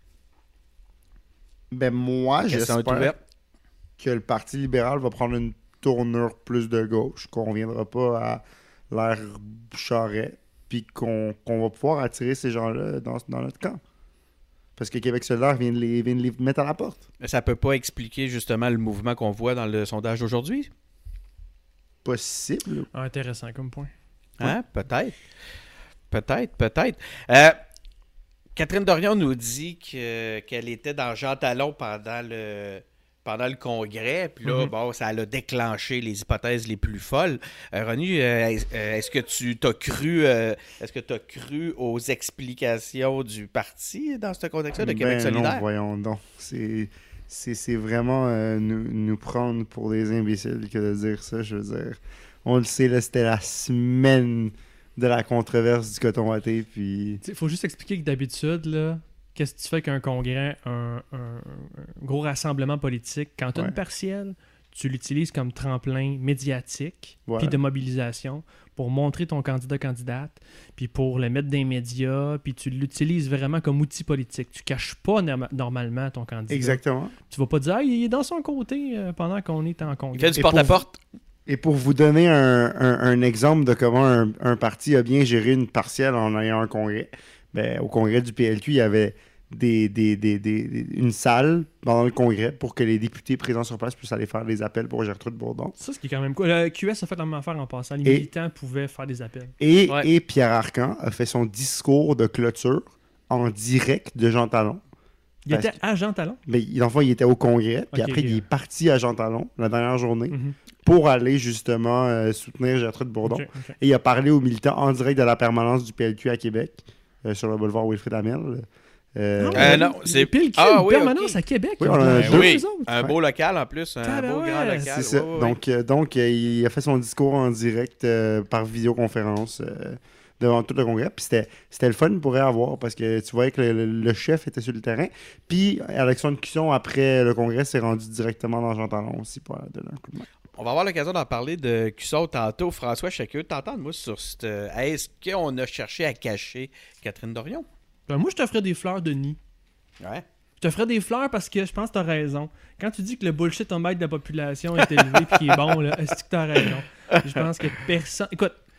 Ben moi, Question est j'espère ouverte. que le Parti libéral va prendre une tournure plus de gauche, qu'on ne reviendra pas à l'ère Charest, puis qu'on qu'on va pouvoir attirer ces gens-là dans, dans notre camp. Parce que Québec solidaire vient de, les, vient de les mettre à la porte. Mais ça peut pas expliquer justement le mouvement qu'on voit dans le sondage d'aujourd'hui? Possible. Ah, intéressant comme point. Hein? Peut-être. Peut-être, peut-être. Euh, Catherine Dorion nous dit que, qu'elle était dans Jean Talon pendant le, pendant le congrès. Puis là, Mhm. bon, ça a déclenché les hypothèses les plus folles. Euh, Ronnie, euh, est- euh, est-ce que tu t'as cru, euh, est-ce que tu as cru aux explications du parti dans ce contexte-là de Québec Ben non, solidaire? voyons donc. C'est, c'est, c'est vraiment euh, nous, nous prendre pour des imbéciles que de dire ça, je veux dire. On le sait, là, c'était la semaine de la controverse du coton watté, puis... Il faut juste expliquer que d'habitude, là, qu'est-ce que tu fais qu'un congrès, un, un- un gros rassemblement politique, quand tu as Ouais. une partielle, tu l'utilises comme tremplin médiatique, Voilà. puis de mobilisation, pour montrer ton candidat-candidate, puis pour le mettre dans les médias, puis tu l'utilises vraiment comme outil politique. Tu caches pas norma- normalement ton candidat. Exactement. Tu vas pas dire, ah, il est dans son côté euh, pendant qu'on est en Il congrès. fait du Et pour- porte-à-porte. Et pour vous donner un, un- un exemple de comment un, un parti a bien géré une partielle en ayant un congrès, ben, au congrès du P L Q, il y avait des, des- des- des- des- une salle pendant le congrès pour que les députés présents sur place puissent aller faire des appels pour Gertrude Bourdon. Ça, ce qui est quand même cool. Le Q S a fait la même affaire en passant. Les Et- militants pouvaient faire des appels. Et, Ouais. et Pierre Arcan a fait son discours de clôture en direct de Jean Talon. Il Parce était à Jean Talon. Mais il- dans le fond, il était au congrès, puis Ok, après, ok. il est parti à Jean Talon la dernière journée Mhm. pour aller justement euh, soutenir Gertrude Bourdon. Ok, ok. Et il a parlé aux militants en direct de la permanence du P L Q à Québec, euh, sur le boulevard Wilfrid Hamel. Euh, Non, Euh, mais non, les c'est- P L Q, Ah, une oui, permanence ok. à Québec. Oui, ils on ont en a deux deux. oui, autres. un beau local en plus, un Tabarouette, beau grand local. C'est ça. Ouais, ouais, Donc, euh, donc euh, il a fait son discours en direct euh, par vidéoconférence euh, devant tout le congrès. Puis c'était, c'était le fun pour avoir parce que tu voyais que le, le chef était sur le terrain. Puis Alexandre Cusson, après le congrès, s'est rendu directement dans Jean Talon aussi pour donner un coup de main. On va avoir l'occasion d'en parler de Cusson tantôt. François, je suis curieux de t'entendre, moi, sur cette... Est-ce qu'on a cherché à cacher Catherine Dorion? Ben, moi, je t'offrais des fleurs, Denis. Ouais. Je t'offrais des fleurs parce que je pense que t'as raison. Quand tu dis que le bullshit en bête de la population est élevé et qu'il est bon, là, est-ce que t'as raison? Je pense que personne... Écoute,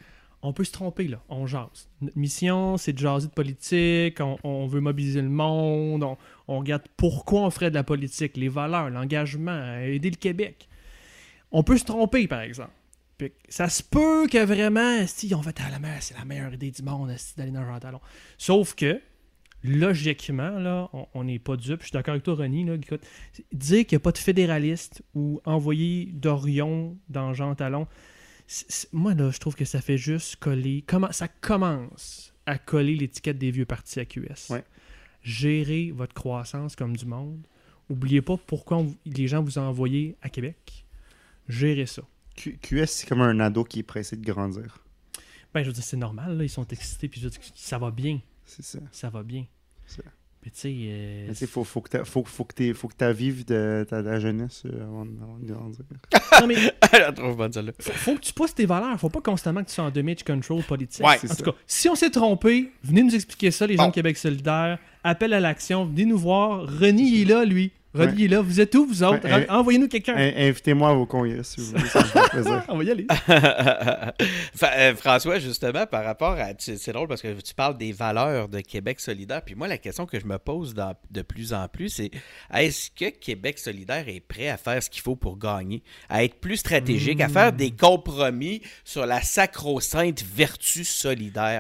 on peut se tromper, là. On jase. Notre mission, c'est de jaser de politique, on, on veut mobiliser le monde, on, on regarde pourquoi on ferait de la politique, les valeurs, l'engagement, aider le Québec. On peut se tromper, par exemple. Puis, ça se peut que vraiment, si on va être à la mer, c'est la meilleure idée du monde d'aller dans un talon. Sauf que, logiquement, là, on n'est pas dupe. Je suis d'accord avec toi, Ronnie. Là, écoute, dire qu'il n'y a pas de fédéraliste ou envoyer d'Orion dans Jean Talon, c'est, c'est, moi, là, je trouve que ça fait juste coller. Comment, ça commence à coller l'étiquette des vieux partis à Q S. Ouais. Gérez votre croissance comme du monde. N'oubliez pas pourquoi on, les gens vous ont envoyé à Québec. Gérez ça. Q- QS, c'est comme un ado qui est pressé de grandir. Ben, je veux dire, c'est normal. Là, ils sont excités. Puis je veux dire, ça va bien. C'est ça. Ça va bien. C'est ça. Mais tu sais... Euh, Mais tu sais, faut, faut que tu faut, faut que t'aies- faut que tu vives de ta, ta jeunesse euh, avant, de- avant de grandir. non, mais Elle la trouve bonne, celle-là. faut, faut que tu pousses tes valeurs. Faut pas constamment que tu sois en damage control politique. Ouais, en c'est tout ça. cas, si on s'est trompé, venez nous expliquer ça, les gens Bon. de Québec solidaire. Appel à l'action. Venez nous voir. René il est là, lui. René Ouais. il est là. Vous êtes où, vous autres? Ouais, Ren- euh, Envoyez-nous quelqu'un. In- Invitez-moi à vos congrès, si vous voulez, ça me fait plaisir. On va y aller. Fa- euh, François, justement, par rapport à... tu- C'est drôle parce que tu parles des valeurs de Québec solidaire. Puis moi, la question que je me pose dans- de plus en plus, c'est est-ce que Québec solidaire est prêt à faire ce qu'il faut pour gagner? À être plus stratégique, à faire des compromis sur la sacro-sainte vertu solidaire?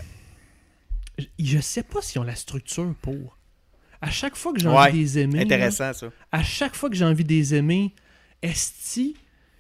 Je, je sais pas s'ils ont la structure pour. À chaque fois que j'ai Ouais, envie de les aimer... là, Intéressant, ça. à chaque fois que j'ai envie de les aimer, est-ce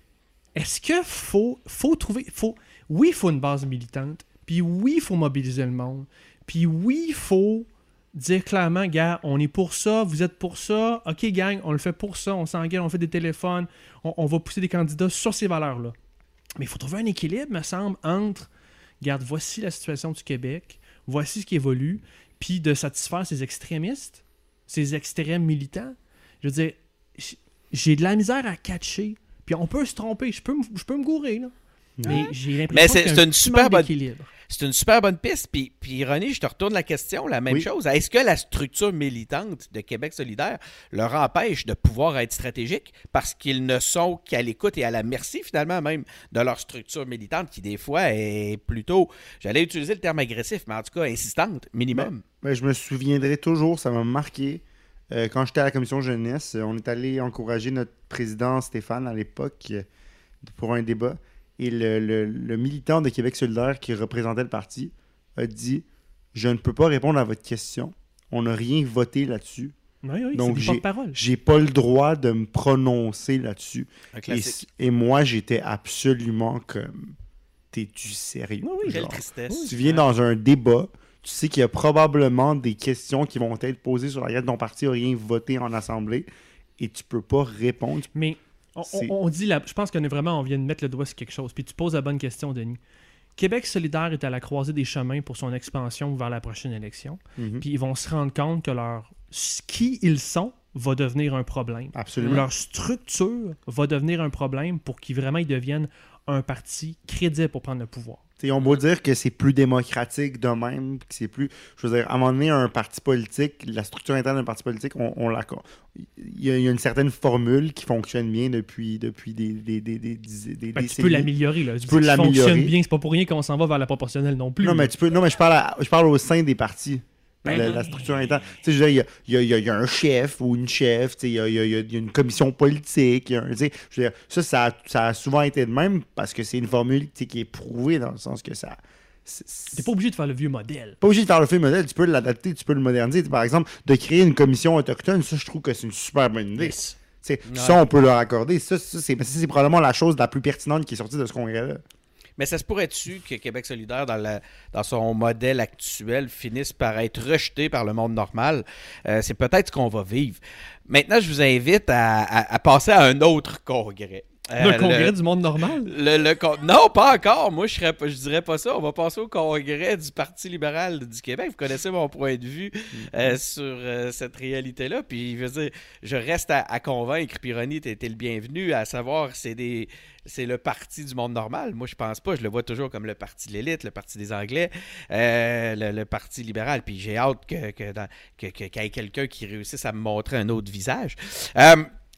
est-ce que faut, faut trouver... Faut, oui, il faut une base militante, puis oui, il faut mobiliser le monde, puis oui, il faut dire clairement, gars, on est pour ça, vous êtes pour ça, ok gang, on le fait pour ça, on s'engueule, on fait des téléphones, on, on va pousser des candidats sur ces valeurs-là. Mais il faut trouver un équilibre, me semble, entre, regarde, voici la situation du Québec, voici ce qui évolue, puis de satisfaire ces extrémistes, ces extrêmes militants. Je veux dire, j'ai de la misère à catcher. Puis on peut se tromper. Je peux, me- je peux me gourer, là. Mais j'ai l'impression Mais c'est- qu'il y a c'est un une petit super manque bonne- d'équilibre. C'est une super bonne piste. Puis, puis René, je te retourne la question, la même Oui. chose. Est-ce que la structure militante de Québec solidaire leur empêche de pouvoir être stratégique parce qu'ils ne sont qu'à l'écoute et à la merci, finalement, même, de leur structure militante qui, des fois, est plutôt, j'allais utiliser le terme agressif, mais en tout cas, insistante, minimum. Ben, je me souviendrai toujours, ça m'a marqué. Euh, quand j'étais à la commission jeunesse, euh, on est allé encourager notre président Stéphane à l'époque euh, pour un débat. Et le, le- le militant de Québec solidaire qui représentait le parti a dit « Je ne peux pas répondre à votre question. On n'a rien voté là-dessus. Oui, oui, Donc, c'est des j'ai- porte-parole. J'ai pas le droit de me prononcer là-dessus. Un » Et, classique. et moi, j'étais absolument comme « T'es-tu sérieux? Oui, oui, Quelle Genre, tristesse. tu viens dans un débat, tu sais qu'il y a probablement des questions qui vont être posées sur laquelle ton parti n'a rien voté en assemblée et tu peux pas répondre. Mais on, C'est- on- on dit, la, je pense qu'on est vraiment, on vient de mettre le doigt sur quelque chose. Puis tu poses la bonne question, Denis. Québec solidaire est à la croisée des chemins pour son expansion vers la prochaine élection. Mhm. Puis ils vont se rendre compte que leur ce qui ils sont va devenir un problème. Absolument. Leur structure va devenir un problème pour qu'ils vraiment ils deviennent un parti crédible pour prendre le pouvoir. T'sais, on va dire que c'est plus démocratique de même, que c'est plus. Je veux dire, à un moment donné, un parti politique, la structure interne d'un parti politique, on, on la. Il y, a, il y a une certaine formule qui fonctionne bien depuis, depuis des, des, des, des, des, des Ben, tu décennies. peux l'améliorer. Là. Tu peux l'améliorer. fonctionne bien. C'est pas pour rien qu'on s'en va vers la proportionnelle non plus. Non, là. mais tu peux. Non, mais je parle, à- je parle au sein des partis. Ben, la, la structure interne. Tu sais, je veux dire, il y a, il y a- il y a un chef ou une chef, tu sais, il y a, il y a- il y a- il y a une commission politique. il y a un- tu sais, je veux dire, ça, ça a, ça a souvent été de même parce que c'est une formule tu sais, qui est prouvée dans le sens que ça. c'est- T'es C'est pas obligé de faire le vieux modèle. pas obligé de faire le film modèle, tu peux l'adapter, tu peux le moderniser. Par exemple, de créer une commission autochtone, ça, je trouve que c'est une super bonne idée. Yes. Tu sais, Ouais. Ça, on peut leur accorder. Ça, ça, c'est, ça, c'est probablement la chose la plus pertinente qui est sortie de ce congrès-là. Mais ça se pourrait-tu que Québec solidaire, dans, la, dans son modèle actuel, finisse par être rejeté par le monde normal? Euh, c'est peut-être ce qu'on va vivre. Maintenant, je vous invite à, à- à passer à un autre congrès. Euh, Le congrès le- du monde normal. Le, le con- Non, pas encore. Moi, je serais pas- je dirais pas ça. On va passer au congrès du Parti libéral du Québec. Vous connaissez mon point de vue euh, sur euh, cette réalité-là. Puis, je veux dire, je reste à, à convaincre. Puis, Ronnie, t'es t'es le bienvenu à savoir c'est des c'est le parti du monde normal. Moi, je pense pas. Je le vois toujours comme le parti de l'élite, le parti des Anglais, euh, le, le parti libéral. Puis, j'ai hâte que, que, dans- que, que- qu'il y ait quelqu'un qui réussisse à me montrer un autre visage. Euh,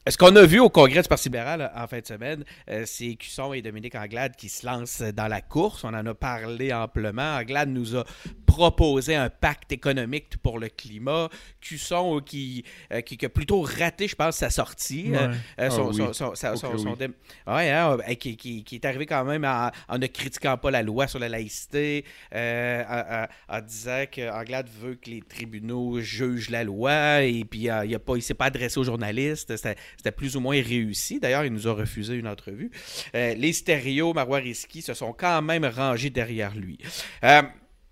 Ce qu'on a vu au Congrès du Parti libéral en fin de semaine, euh, c'est Cusson et Dominique Anglade qui se lancent dans la course. On en a parlé amplement. Anglade nous a proposé un pacte économique pour le climat. Cusson euh, qui, euh, qui, qui a plutôt raté, je pense, sa sortie. Ouais. Euh, euh, son, Ah oui. son, son, son, Ok, son, son oui. dé... ouais, hein, euh, qui, qui, qui est arrivé quand même en, en ne critiquant pas la loi sur la laïcité, euh, en, en, en disant qu'Anglade veut que les tribunaux jugent la loi et puis euh, il ne s'est pas adressé aux journalistes. C'était C'était plus ou moins réussi. D'ailleurs, il nous a refusé une entrevue. Euh, les stéréos, Marois Risky, se sont quand même rangés derrière lui. Euh,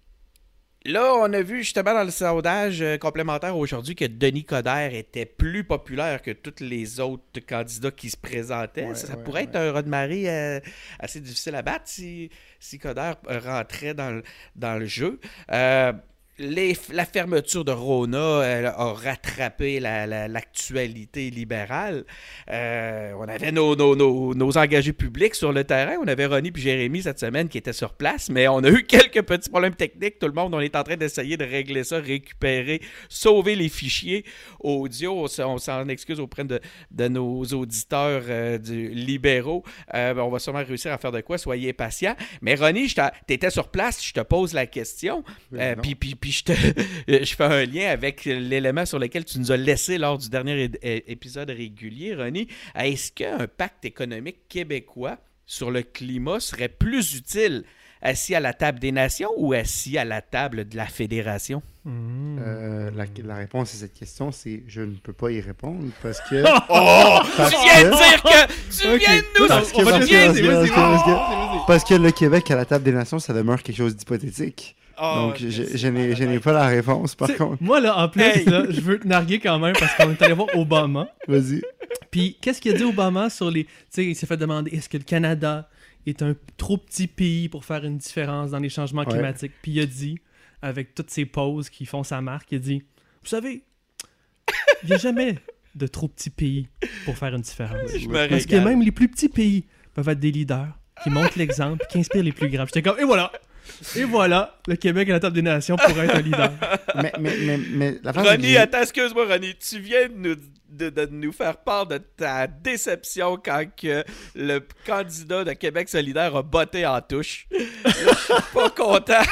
là, on a vu justement dans le sondage euh, complémentaire aujourd'hui que Denis Coderre était plus populaire que tous les autres candidats qui se présentaient. Ouais, ça ça ouais, pourrait ouais. être un raz-de-marée euh, assez difficile à battre si, si Coderre rentrait dans le, dans le jeu. Euh, Les, la fermeture de Rona euh, a rattrapé la, la, l'actualité libérale. Euh, on avait nos, nos, nos, nos engagés publics sur le terrain. On avait Ronnie et Jérémy cette semaine qui étaient sur place, mais on a eu quelques petits problèmes techniques. Tout le monde, on est en train d'essayer de régler ça, récupérer, sauver les fichiers audio. On, on s'en excuse auprès de, de nos auditeurs euh, du, libéraux. Euh, on va sûrement réussir à faire de quoi. Soyez patients. Mais Ronnie, tu étais sur place. Je te pose la question. Euh, puis, puis, puis je, te, je fais un lien avec l'élément sur lequel tu nous as laissé lors du dernier é- épisode régulier, Ronnie. Est-ce qu'un pacte économique québécois sur le climat serait plus utile assis à la table des nations ou assis à la table de la fédération? Mmh. Euh, la, la réponse à cette question, c'est je ne peux pas y répondre parce que. Oh! Parce Tu viens de que- dire que... Tu Ok. viens de nous... Parce que- on va parce te que- dire... parce que- parce que- parce que- Oh! Parce que le Québec à la table des nations, ça demeure quelque chose d'hypothétique. Oh, Donc, je, c'est je n'ai, je malade. n'ai pas la réponse, par T'sais, contre. moi, là, en plus, Hey! là, je veux te narguer quand même parce qu'on est allé voir Obama. Vas-y. Puis, qu'est-ce qu'il a dit Obama sur les. Tu sais, il s'est fait demander est-ce que le Canada est un trop petit pays pour faire une différence dans les changements Ouais. climatiques? Puis, il a dit, avec toutes ces pauses qui font sa marque, il a dit vous savez, il n'y a jamais de trop petits pays pour faire une différence. Je me Parce que régale. même les plus petits pays peuvent être des leaders qui montrent l'exemple, qui inspirent les plus grands. J'étais comme et voilà! Et voilà, le Québec à la table des nations pourrait être un leader. Mais, mais, mais, mais la face Ronnie, attends, excuse-moi, Ronnie. Tu viens de nous, de, de nous faire part de ta déception quand que le candidat de Québec solidaire a botté en touche. Là, je suis pas content.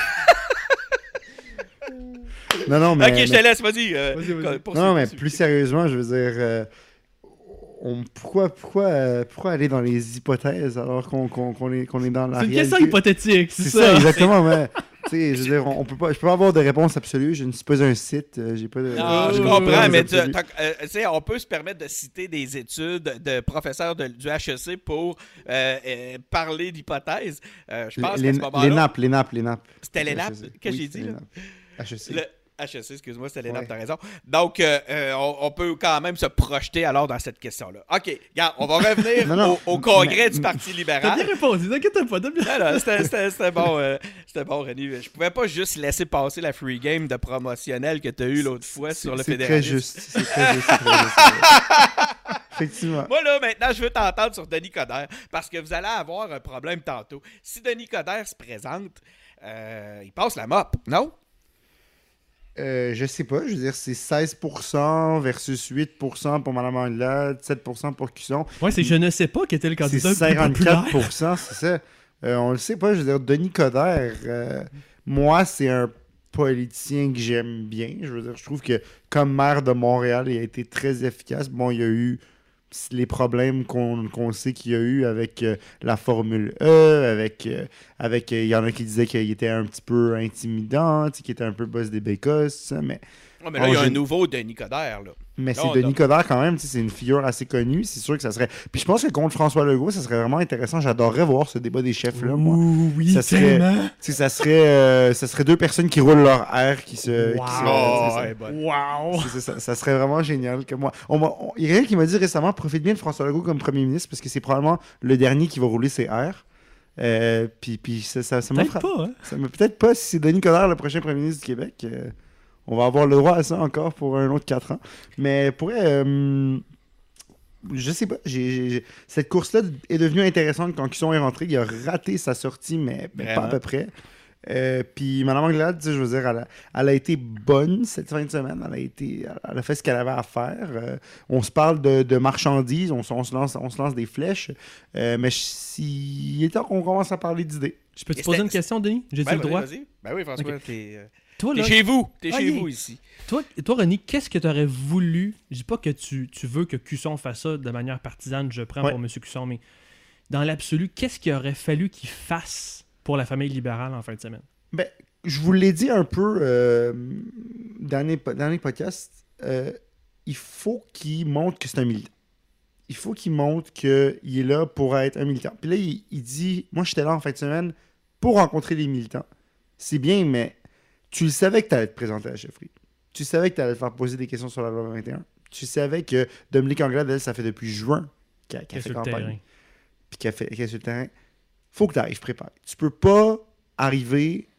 Non, non, mais. ok, je te mais- laisse, vas-y. euh, Vas-y, vas-y. poursuis, Non, mais poursuis. plus sérieusement, je veux dire. euh, on- pourquoi, pourquoi, euh, pourquoi aller dans les hypothèses alors qu'on, qu'on, qu'on est, qu'on est dans la C'est une réalité? question hypothétique, c'est, C'est ça. ça, exactement. Mais, tu sais, je veux dire, on, on peut pas, je peux pas avoir de réponse absolue. Je ne suis pas un site. euh, j'ai pas de. Non, je Euh, comprends, euh, mais tu absolue. t'as- euh, tu sais, on peut se permettre de citer des études de professeurs de- du H E C pour euh, euh, parler d'hypothèses. Euh, je pense les, qu'à ce les moment-là, nappes, les nappes, les nappes. c'était les nappes H E C. que Oui, j'ai c'est dit. les Là. nappes. H E C. Le H E C, excuse-moi, c'était les nappes, Ouais. t'as raison. Donc, euh, euh, on, on peut quand même se projeter alors dans cette question-là. OK, regarde, on va revenir Non, non, au, au congrès mais- du Parti T'as libéral. bien répondu, t'inquiète pas, t'as bien. Non, non, c'était, c'était- c'était bon, euh, c'était bon, René. Je pouvais pas juste laisser passer la free game de promotionnel que t'as eu l'autre fois C'est- sur le c'est fédéralisme. très juste. C'est très juste. C'est très juste. c'est très juste. Effectivement. Moi, là, maintenant, je veux t'entendre sur Denis Coderre parce que vous allez avoir un problème tantôt. Si Denis Coderre se présente, euh, il passe la mop, non? Euh, je sais pas, je veux dire, c'est seize pour cent versus huit pour cent pour Mme Anglade, sept pour cent pour Cusson. Ouais, c'est je ne sais pas qui était le C'est candidat le plus cinquante-quatre populaire. pour cent, c'est ça. Euh, on le sait pas, je veux dire, Denis Coderre, euh, moi, c'est un politicien que j'aime bien. Je veux dire, je trouve que comme maire de Montréal, il a été très efficace. Bon, il y a eu les problèmes qu'on qu'on sait qu'il y a eu avec euh, la Formule E, avec... euh, avec euh, il y en a qui disaient qu'il était un petit peu intimidant, tu sais, qu'il était un peu boss des bécosses, ça, mais... Oh, mais là, Oh, il y a je- un nouveau Denis Coderre, là. Mais c'est Non, Denis non. Coderre quand même, tu sais, c'est une figure assez connue, c'est sûr que ça serait... Puis je pense que contre François Legault, ça serait vraiment intéressant, j'adorerais voir ce débat des chefs-là, moi. Ouh, oui, Ça serait- tellement. Tu sais, ça serait, euh, ça serait deux personnes qui roulent leur air, qui se... qui se- Wow. tu sais, ça- ouais, bon. Wow. c'est ça, ça serait vraiment génial que moi... On m'a- on- Il y a quelqu'un qui m'a dit récemment, profite bien de François Legault comme premier ministre, parce que c'est probablement le dernier qui va rouler ses airs. Euh, puis, puis ça, ça, ça m'a Peut-être frappé. pas, hein. Ça me peut-être pas si c'est Denis Coderre le prochain premier ministre du Québec. euh, on va avoir le droit à ça encore pour un autre quatre ans. Mais pour euh, je sais pas. j'ai- j'ai- j'ai- Cette course-là est devenue intéressante quand Cusson est rentré. Il a raté sa sortie, mais, mais pas Vraiment. à peu près. Euh, puis Mme Anglade, tu sais, je veux dire, elle a, elle a été bonne cette fin de semaine. Elle a, été, elle a fait ce qu'elle avait à faire. Euh, on se parle de, de marchandises, on, on, se lance, on se lance des flèches. Euh, mais il est temps qu'on commence à parler d'idées. Je peux te poser une question, Denis? J'ai ben, le droit? Vas-y. Ben oui, François, okay. t'es, euh, toi, t'es là, chez vous. T'es ah, chez yeah. vous ici. Toi, toi René, qu'est-ce que tu aurais voulu... Je dis pas que tu, tu veux que Cusson fasse ça de manière partisane, je prends ouais. pour M. Cusson, mais dans l'absolu, qu'est-ce qu'il aurait fallu qu'il fasse pour la famille libérale en fin de semaine? Ben, je vous l'ai dit un peu euh, dans, les, dans les podcasts, euh, il faut qu'il montre que c'est un militant. Il faut qu'il montre qu'il est là pour être un militant. Puis là, il, il dit, moi, j'étais là en fin de semaine pour rencontrer les militants. C'est bien, mais tu le savais que tu allais te présenter à la chefferie. Tu savais que tu allais te faire poser des questions sur la loi vingt et un. Tu savais que Dominique Anglade, elle, ça fait depuis juin qu'elle, qu'elle fait campagne. Puis qu'elle, fait, qu'elle est sur le terrain. Faut que tu arrives préparé. Tu peux pas arriver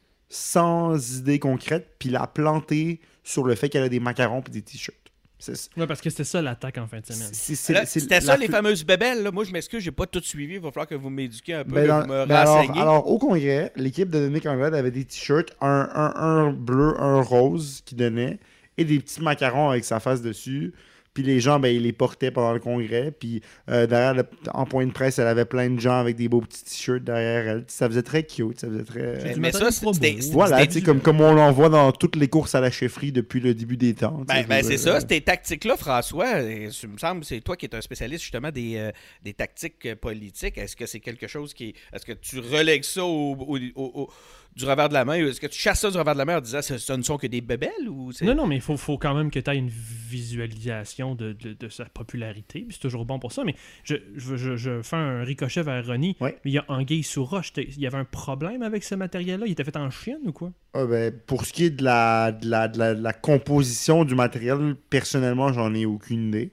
sans idée concrète puis la planter sur le fait qu'elle a des macarons et des t-shirts. Oui, parce que c'était ça l'attaque en fin de semaine. C'est, c'est, là, c'est c'était ça les fameuses bébelles. Là. Moi, je m'excuse, j'ai pas tout suivi. Il va falloir que vous m'éduquiez un peu, ben dans, que vous me ben renseigniez. Alors, alors, au congrès, l'équipe de Dominique Anglade avait des t-shirts, un, un, un bleu, un rose qui donnait, et des petits macarons avec sa face dessus. Puis les gens, ben, ils les portaient pendant le congrès. Puis euh, derrière, le, en point de presse, elle avait plein de gens avec des beaux petits t-shirts derrière elle. Ça faisait très cute. Ça faisait très... Mais, mais ça, c'était... c'était voilà, tu sais, comme, comme on l'en voit dans toutes les courses à la chefferie depuis le début des temps. Ben, ben c'est ça. Ces tactiques-là, François, il me semble c'est toi qui es un spécialiste justement des, euh, des tactiques politiques. Est-ce que c'est quelque chose qui... Est-ce que tu relègues ça au... au, au, au du revers de la main? Est-ce que tu chasses ça du revers de la main en disant que ce ne sont que des bébelles? Ou c'est... Non, non, mais il faut, faut quand même que tu aies une visualisation de, de, de sa popularité. Puis c'est toujours bon pour ça. Mais je, je, je, je fais un ricochet vers Ronnie. Ouais. Mais il y a Anguille sous roche. Il y avait un problème avec ce matériel-là? Il était fait en Chine ou quoi? Ah ben, pour ce qui est de la, de, la, de, la, de la composition du matériel, personnellement, j'en ai aucune idée.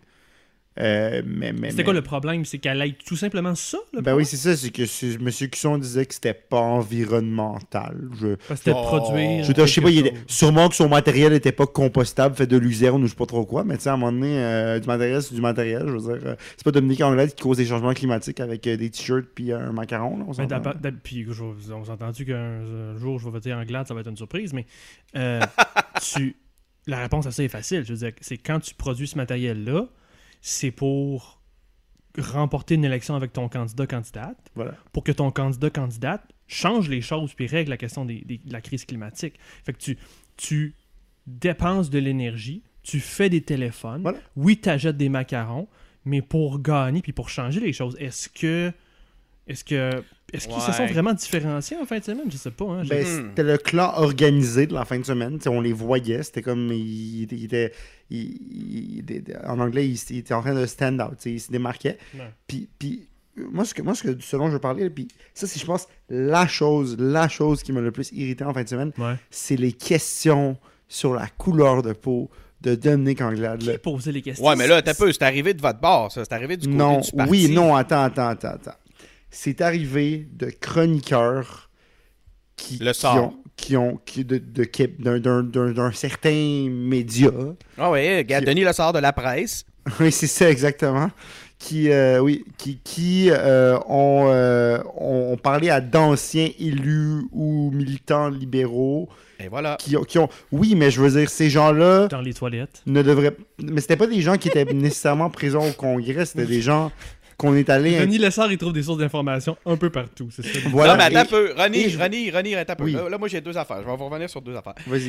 Euh, mais, mais, c'était mais... quoi le problème? C'est qu'elle aille tout simplement ça? Le ben oui, c'est ça. C'est que M. Cusson disait que c'était pas environnemental. Je... Parce que c'était oh, de produire. Je, je sais pas, il était... sûrement que son matériel était pas compostable, fait de luzerne ou je sais pas trop quoi. Mais tu sais, à un moment donné, euh, du matériel, c'est du matériel. Je veux dire, euh, c'est pas Dominique Anglade qui cause des changements climatiques avec euh, des t-shirts puis un macaron. Là, on ben, d'ab- d'ab- puis je, on s'est entendu qu'un jour, je vais voter Anglade, ça va être une surprise. Mais euh, tu... la réponse à ça est facile. Je veux dire, c'est quand tu produis ce matériel-là, c'est pour remporter une élection avec ton candidat-candidate, voilà. pour que ton candidat-candidate change les choses puis règle la question des, des, de la crise climatique. Fait que tu, tu dépenses de l'énergie, tu fais des téléphones, voilà. oui, tu achètes des macarons, mais pour gagner puis pour changer les choses, est-ce que... Est-ce que est-ce qu'ils ouais. se sont vraiment différenciés en fin de semaine? Je sais pas. Hein, ben, c'était le clan organisé de la fin de semaine. T'sais, on les voyait. C'était comme... Il, il était, il, il, il, en anglais, il, il était en train de stand out. Il se démarquait. Puis, puis moi, ce que, moi ce que, ce dont je parlais, puis ça, c'est, je pense, la chose, la chose qui m'a le plus irrité en fin de semaine, ouais. c'est les questions sur la couleur de peau de Dominique Anglade. Qui posait les questions? Ouais, mais là, t'as peu. C'est arrivé de votre bord, ça. C'est arrivé du côté non, du parti. Oui, non, attends, attends, attends, attends. C'est arrivé de chroniqueurs qui, le qui ont, qui ont qui de, de, de, d'un, d'un, d'un, d'un certain média. Ah oui, regarde, qui... Denis Lessard de la presse. Oui, c'est ça, exactement. Qui, euh, oui, qui, qui euh, ont, euh, ont, ont parlé à d'anciens élus ou militants libéraux. Et voilà. Qui, qui ont, oui, mais je veux dire, ces gens-là... Dans les toilettes. Ne devraient... Mais c'était pas des gens qui étaient nécessairement présents au Congrès, c'était des gens... qu'on est allé... René Lessard, il trouve des sources d'informations un peu partout, c'est ça. Voilà. Non, mais attends un peu. René, je... René, René, attends un peu. Oui. Là, là, moi, j'ai deux affaires. Je vais vous revenir sur deux affaires. Vas-y.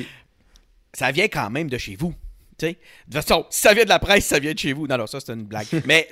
Ça vient quand même de chez vous. Tu sais. De toute façon, si ça vient de la presse, ça vient de chez vous. Non, non, ça, c'est une blague. Mais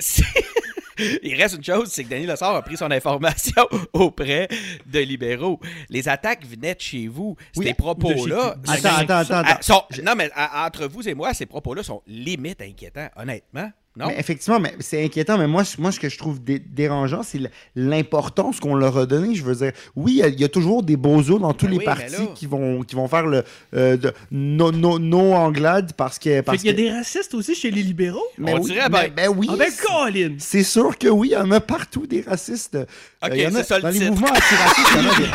il reste une chose, c'est que Denis Lessard a pris son information auprès de libéraux. Les attaques venaient de chez vous. Oui, ces propos-là... Attends, attends, attends. attends. Sont... Je... Non, mais à, entre vous et moi, ces propos-là sont limite inquiétants, honnêtement. Non? Mais effectivement, mais c'est inquiétant, mais moi, moi ce que je trouve dé- dérangeant, c'est l'importance qu'on leur a donnée. Je veux dire, oui, il y, y a toujours des bozos dans tous ben les oui, partis là... qui, vont, qui vont faire le euh, de, no, no, no Anglade parce que... Parce fait qu'il y a que... des racistes aussi chez les libéraux? Mais On oui, dirait, ben, ben oui. Ah ben Colin! C'est sûr que oui, il y en a partout des racistes. OK, euh, y en c'est a, ça le dans titre. les mouvements antiracistes, il y en a des...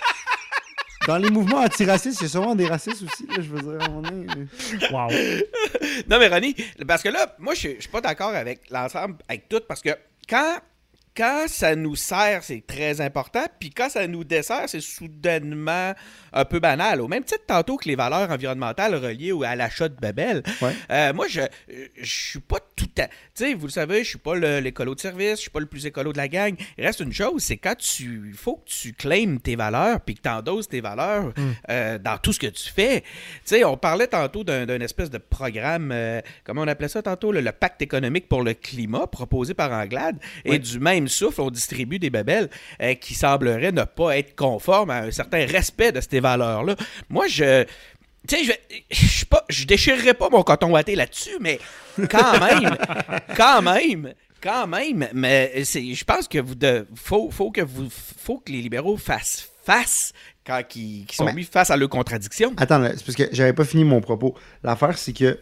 Dans les mouvements antiracistes, il y a sûrement des racistes aussi, là, je veux dire, à un moment donné. Wow. Non, mais Ronnie, parce que là, moi, je suis pas d'accord avec l'ensemble, avec tout, parce que quand, quand ça nous sert, c'est très important. Puis quand ça nous dessert, c'est soudainement un peu banal. Au même titre, tantôt que les valeurs environnementales reliées à l'achat de babel. Ouais. Euh, moi, je je suis pas tout à... Tu sais, vous le savez, je suis pas le, l'écolo de service, je suis pas le plus écolo de la gang. Il reste une chose, c'est quand tu... Il faut que tu claimes tes valeurs puis que tu endosses tes valeurs mm. euh, dans tout ce que tu fais. Tu sais, on parlait tantôt d'un, d'un espèce de programme, euh, comment on appelait ça tantôt, le, le pacte économique pour le climat proposé par Anglade. Et ouais. du même souffle, on distribue des babelles euh, qui sembleraient ne pas être conformes à un certain respect de ces valeurs-là. Moi, je... Tu sais, je je pas, je déchirerai pas mon coton watté là-dessus, mais quand même, quand même, quand même, mais c'est, je pense que vous de, faut, faut que vous, faut que les libéraux fassent face quand ils, qu'ils sont ouais. mis face à leurs contradictions. Attends, là, c'est parce que j'avais pas fini mon propos. L'affaire, c'est que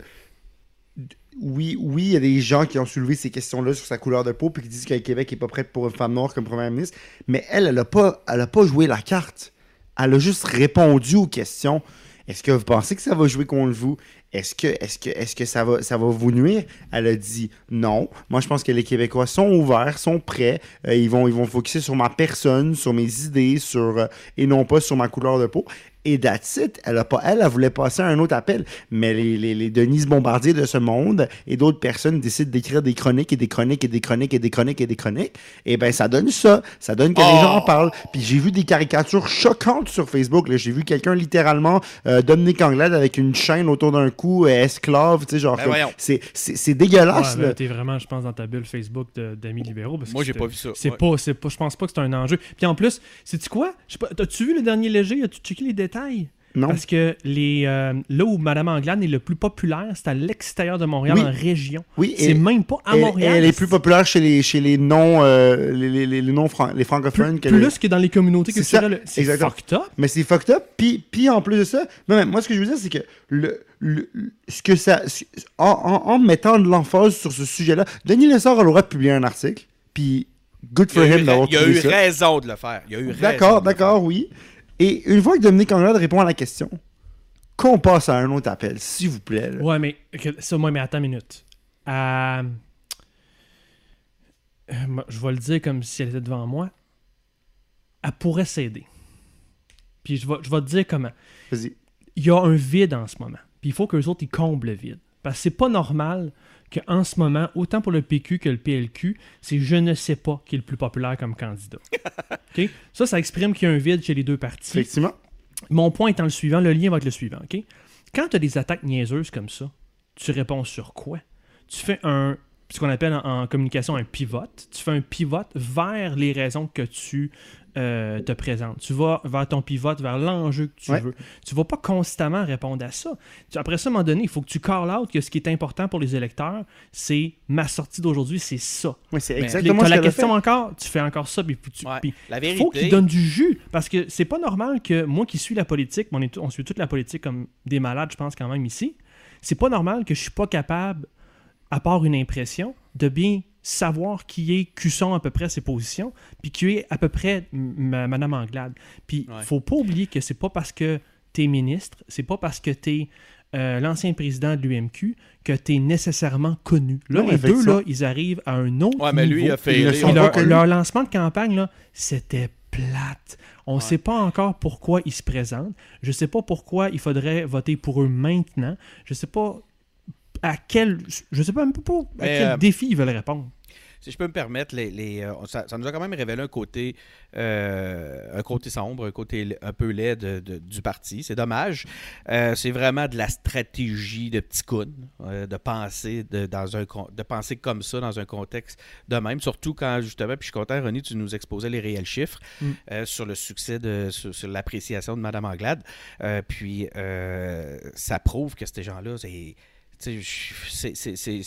oui, oui, il y a des gens qui ont soulevé ces questions-là sur sa couleur de peau puis qui disent que le Québec n'est pas prêt pour une femme noire comme première ministre, mais elle, elle a pas, elle a pas joué la carte. Elle a juste répondu aux questions. Est-ce que vous pensez que ça va jouer contre vous? Est-ce que, est-ce que, est-ce que ça va, ça va vous nuire? Elle a dit non. Moi, je pense que les Québécois sont ouverts, sont prêts. Euh, ils vont, ils vont focuser sur ma personne, sur mes idées, sur euh, et non pas sur ma couleur de peau. Et that's it. Elle, a pas, elle, elle voulait passer à un autre appel. Mais les, les, les Denise Bombardier de ce monde et d'autres personnes décident d'écrire des chroniques et des chroniques et des chroniques et des chroniques et des chroniques. Et bien, ça donne ça. Ça donne que oh! les gens en parlent. Puis j'ai vu des caricatures choquantes sur Facebook. Là. J'ai vu quelqu'un littéralement, euh, Dominique Anglade, avec une chaîne autour d'un cou, euh, esclave. Tu sais, genre, ben comme, c'est, c'est, c'est dégueulasse. Ouais, là. Ben, t'es vraiment, je pense, dans ta bulle Facebook de, d'amis libéraux. Parce Moi, que j'ai pas vu ça. C'est ouais. pas, c'est pas, je pense pas que c'est un enjeu. Puis en plus, sais-tu quoi? Je sais pas, as-tu vu le dernier léger? As-tu checké les détails? Non. Parce que les, euh, là où Mme Anglade est le plus populaire, c'est à l'extérieur de Montréal, oui. en région. Oui, c'est même pas à elle, Montréal. Elle est plus populaire chez les, chez les non, euh, les, les, les, les non fran- les francophones. Plus, plus les... que dans les communautés c'est culturelles. Ça. C'est Exactement. fucked up. Mais c'est fucked up. Puis, puis en plus de ça, non, mais moi, ce que je veux dire, c'est que le, le, ce que ça, en, en, en mettant de l'emphase sur ce sujet-là, Denis Lessard a le droit de publier un article. Puis, good for him d'avoir trouvé ça. Il a eu raison de le faire. Il a eu d'accord, d'accord, oui. Et une fois que Dominique Anglade répond à la question, qu'on passe à un autre appel, s'il vous plaît. Là. Ouais, mais ça, moi, mais attends une minute. Euh... Je vais le dire comme si elle était devant moi. Elle pourrait s'aider. Puis je vais, je vais te dire comment. Vas-y. Il y a un vide en ce moment. Puis il faut qu'eux autres, ils comblent le vide. Parce que c'est pas normal qu'en ce moment, autant pour le P Q que le P L Q, c'est je ne sais pas qui est le plus populaire comme candidat. Okay? Ça, ça exprime qu'il y a un vide chez les deux partis. Effectivement. Mon point étant le suivant, le lien va être le suivant, OK? Quand tu as des attaques niaiseuses comme ça, tu réponds sur quoi? Tu fais un, ce qu'on appelle en, en communication un pivot. Tu fais un pivot vers les raisons que tu euh, te présentes. Tu vas vers ton pivot, vers l'enjeu que tu ouais. veux. Tu ne vas pas constamment répondre à ça. Tu, après ça, à un moment donné, il faut que tu call out que ce qui est important pour les électeurs, c'est ma sortie d'aujourd'hui, c'est ça. Oui, c'est exactement tu ce as la question fait. encore, tu fais encore ça. Puis, tu, ouais. puis, la vérité. Il faut qu'ils donnent du jus. Parce que c'est pas normal que moi qui suis la politique, on, est, on suit toute la politique comme des malades, je pense, quand même ici. C'est pas normal que je suis pas capable, à part une impression, de bien savoir qui est Cusson à peu près à ses positions, puis qui est à peu près m- Mme Anglade. Puis il ouais. faut pas oublier que c'est pas parce que t'es ministre, c'est pas parce que t'es euh, l'ancien président de l'U M Q que t'es nécessairement connu. Là, non, les deux, là, ils arrivent à un autre ouais, mais niveau. Lui, il a fait leur, leur lancement de campagne, là, c'était plate. On ne ouais. sait pas encore pourquoi ils se présentent. Je ne sais pas pourquoi il faudrait voter pour eux maintenant. Je ne sais pas à quel, je sais pas même pas à mais, quel euh, défi ils veulent répondre. Si je peux me permettre, les, les, euh, ça, ça nous a quand même révélé un côté, euh, un côté sombre, un côté un peu laid de, de, du parti. C'est dommage. Euh, c'est vraiment de la stratégie de petit coude, euh, de penser de, dans un, de penser comme ça dans un contexte de même. Surtout quand, justement, puis je suis content, René, tu nous exposais les réels chiffres mm. euh, sur le succès, de, sur, sur l'appréciation de Mme Anglade. Euh, puis, euh, ça prouve que ces gens-là, c'est... C'est, c'est, c'est, c'est,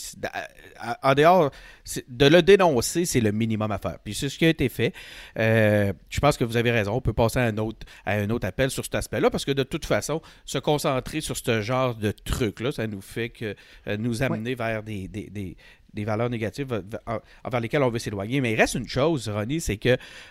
en dehors, c'est, de le dénoncer, c'est le minimum à faire. Puis c'est ce qui a été fait. Euh, je pense que vous avez raison. On peut passer à un, autre, à un autre appel sur cet aspect-là parce que de toute façon, se concentrer sur ce genre de truc-là, ça nous fait que euh, nous amener ouais. vers des, des, des, des valeurs négatives envers lesquelles on veut s'éloigner. Mais il reste une chose, Ronnie, c'est que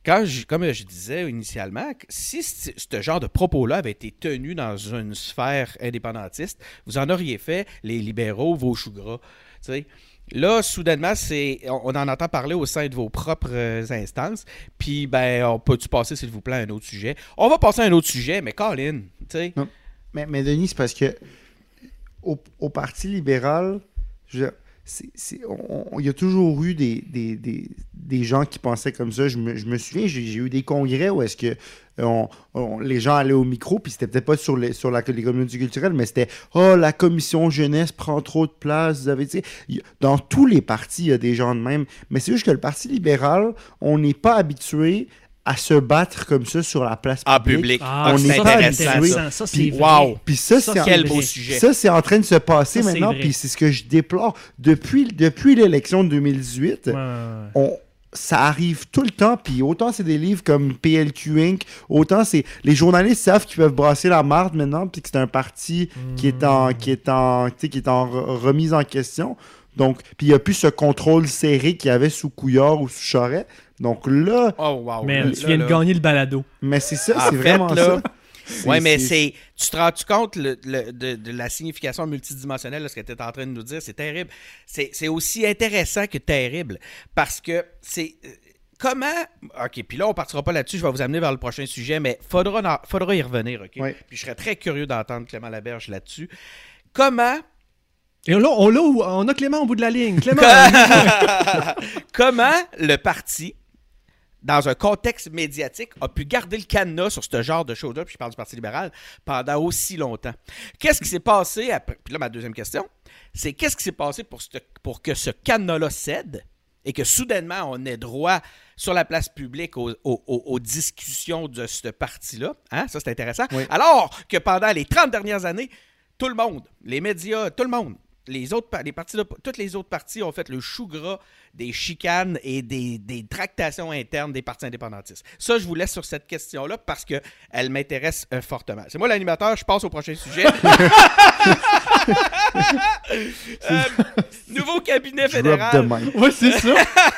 quand je, comme je disais initialement, si c- ce genre de propos-là avait été tenu dans une sphère indépendantiste, vous en auriez fait les libéraux, vos choux gras. Tu sais. Là, soudainement, c'est, on, on en entend parler au sein de vos propres euh, instances. Puis, ben, on peut-tu passer, s'il vous plaît, à un autre sujet? On va passer à un autre sujet, mais Colin, tu sais. Non. Mais, mais Denis, c'est parce que au, au Parti libéral, je veux dire, c'est- c'est- on- on- il y a toujours eu des, des, des, des gens qui pensaient comme ça. Je me, je me souviens, j'ai j'ai eu des congrès où est-ce que euh, on- on- les gens allaient au micro, puis c'était peut-être pas sur, les, sur la, les communautés culturelles, mais c'était « Oh, la commission jeunesse prend trop de place. » Vous avez, tu sais, il- dans tous les partis, il y a des gens de même. Mais c'est juste que le Parti libéral, on n'est pas habitué à se battre comme ça sur la place En publique. public. Ah, On ça, est c'est pas intéressant. habitué. Ça, c'est Puis, vrai. wow. Puis ça, Ça, c'est Quel vrai. beau sujet. ça, c'est en train de se passer Ça, c'est maintenant, vrai. puis c'est ce que je déplore. Depuis, depuis l'élection de deux mille dix-huit, Ouais, ouais, ouais. on, ça arrive tout le temps, puis autant c'est des livres comme P L Q Inc, autant c'est... Les journalistes savent qu'ils peuvent brasser la marde maintenant, puis que c'est un parti qui est en, qui est en, tu sais, qui est en re- remise en question. Donc, puis il n'y a plus ce contrôle serré qu'il y avait sous Couillard ou sous Charest. Donc là, Oh, wow. Mais Là, tu là, viens de là. gagner le balado. mais c'est ça, En c'est fait, vraiment là, ça. Oui, mais c'est. Tu te rends-tu compte le- le- de, de la signification multidimensionnelle de ce que tu es en train de nous dire? C'est terrible. C'est c'est aussi intéressant que terrible. Parce que c'est. euh, Comment. OK, puis là, on partira pas là-dessus. Je vais vous amener vers le prochain sujet, mais faudra, en- faudra y revenir, OK? Ouais. Puis je serais très curieux d'entendre Clément Laberge là-dessus. Comment. Et là, on, l'a où- on a Clément au bout de la ligne. Clément! Comment le parti, dans un contexte médiatique, a pu garder le cadenas sur ce genre de choses-là, puis je parle du Parti libéral, pendant aussi longtemps. Qu'est-ce qui s'est passé après? Puis là, ma deuxième question, c'est qu'est-ce qui s'est passé pour, ce- pour que ce cadenas-là cède et que soudainement, on ait droit sur la place publique aux, aux- aux- aux discussions de ce parti-là? Hein? Ça, c'est intéressant. Oui. Alors que pendant les trente dernières années, tout le monde, les médias, tout le monde, les autres, pa- les partis, de- toutes les autres partis ont fait le chou gras des chicanes et des, des tractations internes des partis indépendantistes. Ça, je vous laisse sur cette question-là parce qu'elle m'intéresse euh, fortement. C'est moi l'animateur, je passe au prochain sujet. Euh, nouveau cabinet Drop fédéral. the mic. Ouais, c'est ça.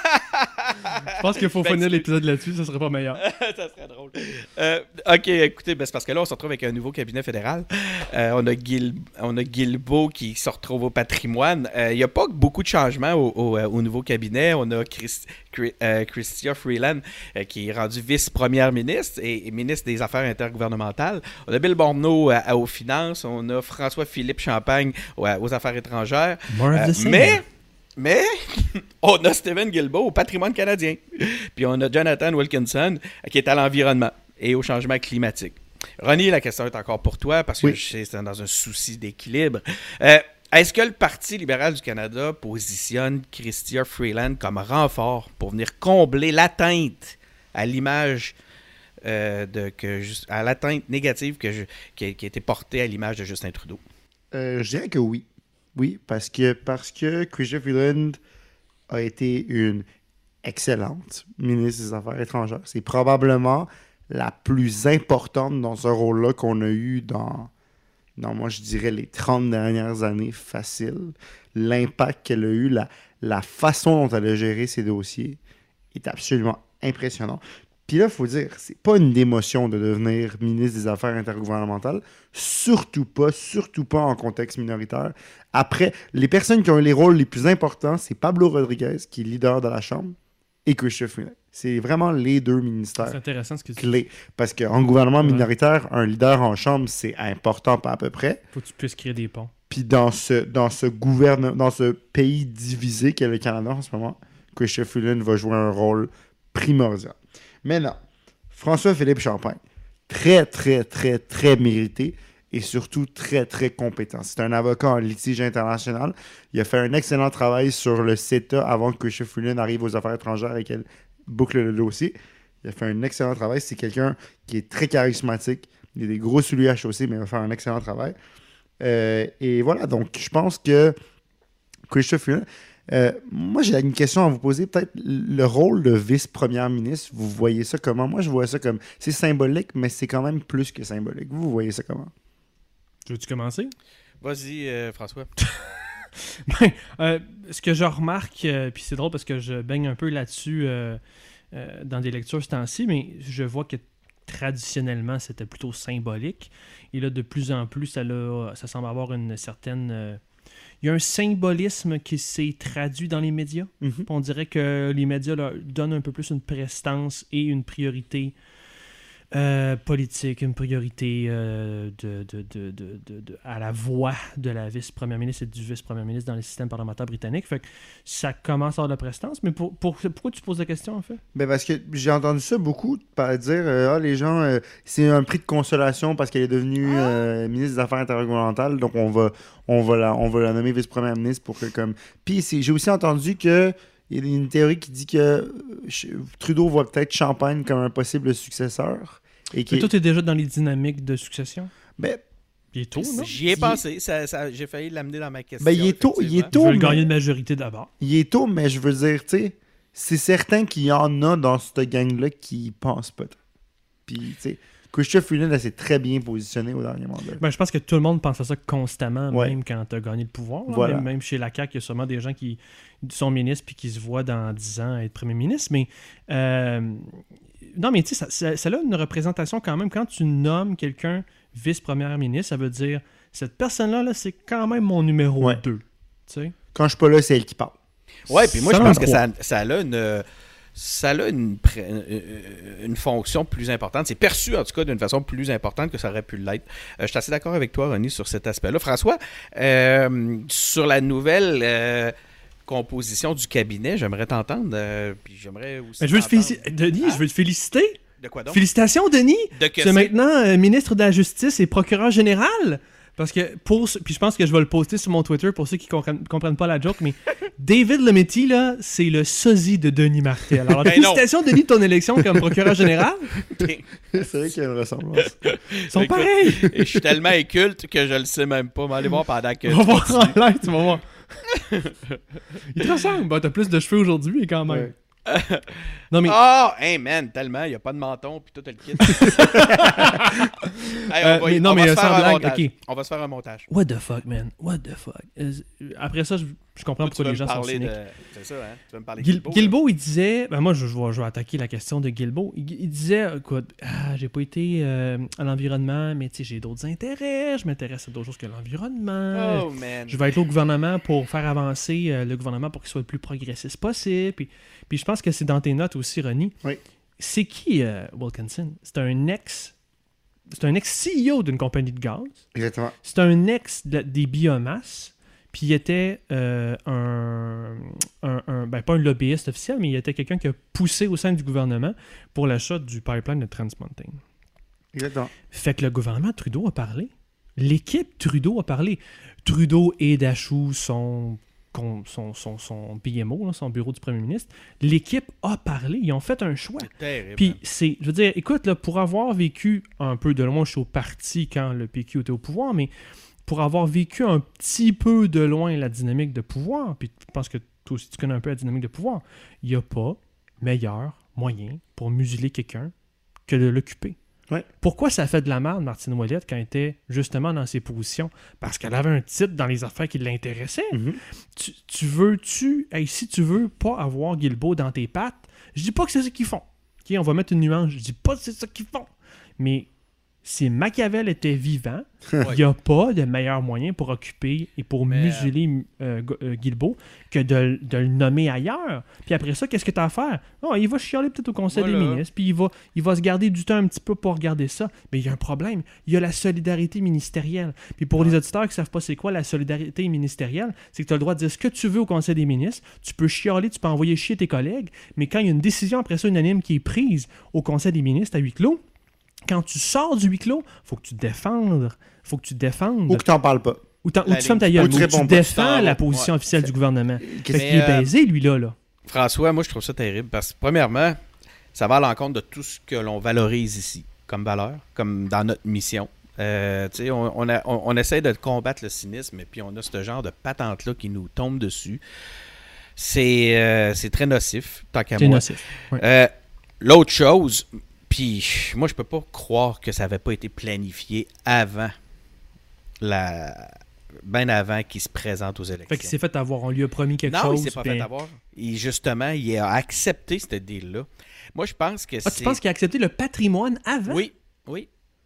Je pense qu'il faut Ben, finir c'est- l'épisode là-dessus, ça serait pas meilleur. Ça serait drôle. Euh, OK, écoutez, ben, c'est parce que là, on se retrouve avec un nouveau cabinet fédéral. Euh, on, a Guil- on a Guilbeault qui se retrouve au patrimoine. Il n'y a pas beaucoup de changements au, au, euh, au nouveau cabinet. On a Christ- Chri- euh, Chrystia Freeland euh, qui est rendue vice-première ministre et, et ministre des Affaires intergouvernementales. On a Bill Borneau à- à- aux finances. On a François-Philippe Champagne aux, aux affaires étrangères. More of Euh, the same. mais, mais, on a Stephen Guilbeault au patrimoine canadien. Puis on a Jonathan Wilkinson euh, qui est à l'environnement et au changement climatique. Ronnie, la question est encore pour toi parce que Oui. je sais que c'est dans un souci d'équilibre. Euh, Est-ce que le Parti libéral du Canada positionne Chrystia Freeland comme renfort pour venir combler l'atteinte à l'image euh, de que juste- à l'atteinte négative que je- qui, a, qui a été portée à l'image de Justin Trudeau? Euh, je dirais que oui. Oui, parce que, parce que Chrystia Freeland a été une excellente ministre des Affaires étrangères. C'est probablement la plus importante dans ce rôle-là qu'on a eu dans, dans, moi, je dirais, les trente dernières années facile. L'impact qu'elle a eu, la, la façon dont elle a géré ses dossiers est absolument impressionnant. Puis là, il faut dire, c'est pas une démotion de devenir ministre des Affaires intergouvernementales, surtout pas, surtout pas en contexte minoritaire. Après, les personnes qui ont eu les rôles les plus importants, c'est Pablo Rodriguez, qui est leader de la Chambre, et Chrystia Freeland. C'est vraiment les deux C'est ministères intéressant ce que tu dis. clés. Parce qu'en gouvernement Ouais. minoritaire, un leader en Chambre, c'est important, pas à peu près. Faut que tu puisses créer des ponts. Puis dans ce, dans ce gouverne, dans ce pays divisé qu'est le Canada en ce moment, Chrystia Freeland va jouer un rôle primordial. Maintenant, François-Philippe Champagne, très, très, très, très mérité et surtout très, très compétent. C'est un avocat en litige international. Il a fait un excellent travail sur le CETA avant que Chrystia Freeland arrive aux affaires étrangères et qu'elle boucle le dossier. Il a fait un excellent travail. C'est quelqu'un qui est très charismatique. Il a des gros souliers à chausser, mais il va faire un excellent travail. Euh, et voilà, donc je pense que Chrystia Freeland... Euh, moi, j'ai une question à vous poser. Peut-être le rôle de vice-première ministre, vous voyez ça comment? Moi, je vois ça comme... C'est symbolique, mais c'est quand même plus que symbolique. Vous, vous voyez ça comment? Tu veux-tu commencer? Vas-y, euh, François. Ben, euh, ce que je remarque, euh, puis c'est drôle parce que je baigne un peu là-dessus euh, euh, dans des lectures ce temps-ci, mais je vois que traditionnellement, c'était plutôt symbolique. Et là, de plus en plus, ça, l'a, ça semble avoir une certaine... Euh, il y a un symbolisme qui s'est traduit dans les médias. Mm-hmm. On dirait que les médias leur donnent un peu plus une prestance et une priorité euh, politique, une priorité euh, de, de, de, de, de, de, à la voix de la vice-première ministre et du vice-premier ministre dans le système parlementaire britannique. Fait que ça commence à avoir de la prestance. Mais pour, pour, pourquoi tu poses la question, en fait? Ben parce que j'ai entendu ça beaucoup par dire euh, ah, les gens, euh, c'est un prix de consolation parce qu'elle est devenue euh, ministre des Affaires intergouvernementales, donc on va, on va, la, on va la nommer vice-première ministre pour que comme. Puis c'est, j'ai aussi entendu que il y a une théorie qui dit que euh, Trudeau voit peut-être Champagne comme un possible successeur. Et qui Mais toi, tu es déjà dans les dynamiques de succession? Ben, il est tôt, non? J'y ai pensé. Ça, ça, j'ai failli l'amener dans ma question. Ben, il est tôt. Il est tôt. Je veux mais... gagner une majorité d'abord. Il est tôt, mais je veux dire, tu sais, c'est certain qu'il y en a dans cette gang-là qui pensent pas. Puis, tu sais, Chrystia Freeland, elle s'est très bien positionnée au dernier mandat. Ben, je pense que tout le monde pense à ça constamment, ouais. même quand tu as gagné le pouvoir. Là. Voilà. Même, même chez la C A Q, il y a sûrement des gens qui sont ministres puis qui se voient dans dix ans être premier ministre. Mais, euh, non, mais tu sais, ça, ça, ça a une représentation quand même. Quand tu nommes quelqu'un vice-première ministre, ça veut dire cette personne-là, là, c'est quand même mon numéro ouais. deux. Tu sais? Quand je suis pas là, c'est elle qui parle. Ouais, puis moi, ça je pense que ça, ça a une... ça a une, une fonction plus importante. C'est perçu, en tout cas, d'une façon plus importante que ça aurait pu l'être. Euh, je suis assez d'accord avec toi, Ronnie, sur cet aspect-là. François, euh, sur la nouvelle euh, composition du cabinet, j'aimerais t'entendre. Euh, puis j'aimerais aussi. Mais je veux te féliciter. Denis, hein? je veux te féliciter. De quoi donc? Félicitations, Denis. De que tu es maintenant euh, ministre de la Justice et procureur général. Parce que, pour, puis je pense que je vais le poster sur mon Twitter pour ceux qui ne comprennent, comprennent pas la joke, mais David Lametti, là, c'est le sosie de Denis Martel. Alors, ben félicitations, Denis, de ton élection comme procureur général. C'est vrai qu'il y a une ressemblance. Ils sont pareils. Et je suis tellement inculte que je le sais même pas. Mais allez voir pendant que. On va voir en live, tu vas voir. Il te ressemble. Bon, t'as plus de cheveux aujourd'hui, quand même. Ouais. Non mais oh, hey man, tellement, il n'y a pas de menton puis tout le kit. Hey, on euh, va, mais non on mais va se faire sans un blague, montage. OK. On va se faire un montage. What the fuck, man? What the fuck? Après ça, je, je comprends Toi, pourquoi les gens sont cyniques. cyniques. De... C'est ça, hein? Tu vas me parler de Gil- Guilbeault. Guilbeault, il disait... Ben moi, je, je, vais, je vais attaquer la question de Guilbeault. Il, il disait, écoute, ah, j'ai pas été euh, à l'environnement, mais tu sais, j'ai d'autres intérêts. Je m'intéresse à d'autres choses que l'environnement. Oh man. Je vais être au gouvernement pour faire avancer euh, le gouvernement pour qu'il soit le plus progressiste possible. Puis, puis je pense que c'est dans tes notes aussi, Ronnie. Oui. C'est qui, euh, Wilkinson? C'est un ex... C'est un ex-C E O d'une compagnie de gaz. Exactement. C'est un ex de, des biomasses. Puis il était euh, un, un, un... Ben, pas un lobbyiste officiel, mais il était quelqu'un qui a poussé au sein du gouvernement pour l'achat du pipeline de Trans Mountain. Exactement. Fait que le gouvernement Trudeau a parlé. L'équipe Trudeau a parlé. Trudeau et Dachou sont... Son, son, son B M O, là, son bureau du premier ministre, l'équipe a parlé, ils ont fait un choix. C'est terrible. Puis c'est, je veux dire, écoute, là, pour avoir vécu un peu de loin, je suis au parti quand le P Q était au pouvoir, mais pour avoir vécu un petit peu de loin la dynamique de pouvoir, puis je pense que toi aussi tu connais un peu la dynamique de pouvoir, il n'y a pas meilleur moyen pour museler quelqu'un que de l'occuper. Ouais. Pourquoi ça fait de la merde, Martine Ouellette, quand elle était justement dans ces positions? Parce qu'elle avait un titre dans les affaires qui l'intéressaient. Mm-hmm. Tu, tu veux-tu, hey, si tu veux pas avoir Guilbeault dans tes pattes, je dis pas que c'est ça qu'ils font. Okay, on va mettre une nuance. Je dis pas que c'est ça qu'ils font. Mais si Machiavel était vivant, il n'y a pas de meilleur moyen pour occuper et pour Mais museler euh, euh, Guilbeault que de, de le nommer ailleurs. Puis après ça, qu'est-ce que tu as à faire? Non, il va chialer peut-être au Conseil voilà. des ministres, puis il va, il va se garder du temps un petit peu pour regarder ça. Mais il y a un problème. Il y a la solidarité ministérielle. Puis pour les auditeurs qui ne savent pas c'est quoi la solidarité ministérielle, c'est que tu as le droit de dire ce que tu veux au Conseil des ministres. Tu peux chialer, tu peux envoyer chier tes collègues, mais quand il y a une décision après ça unanime qui est prise au Conseil des ministres à huis clos, quand tu sors du huis clos, il faut que tu défendes. faut que tu défendes. Ou que tu n'en parles pas. Ou, ou tu fermes ta gueule. Ou tu Ou tu réponds pas. défends Tu la t'en- position ouais. officielle du gouvernement. Qu'est-ce Fait qu'il est Mais, euh, baisé, lui-là. Là. François, moi, je trouve ça terrible parce que, premièrement, ça va à l'encontre de tout ce que l'on valorise ici comme valeur, comme dans notre mission. Euh, tu sais, on, on, a- on- on essaie de combattre le cynisme et puis on a ce genre de patente-là qui nous tombe dessus. C'est euh, c'est très nocif, tant qu'à C'est moi. nocif. Ouais. Euh, L'autre chose, puis moi, je peux pas croire que ça avait pas été planifié avant la, bien avant qu'il se présente aux élections. Fait qu'il s'est fait avoir. On lui a promis quelque non, chose. Non, il s'est pas puis... fait avoir. Et justement, il a accepté ce deal-là. Moi, je pense que ah, c'est... tu penses qu'il a accepté le patrimoine avant? Oui, oui.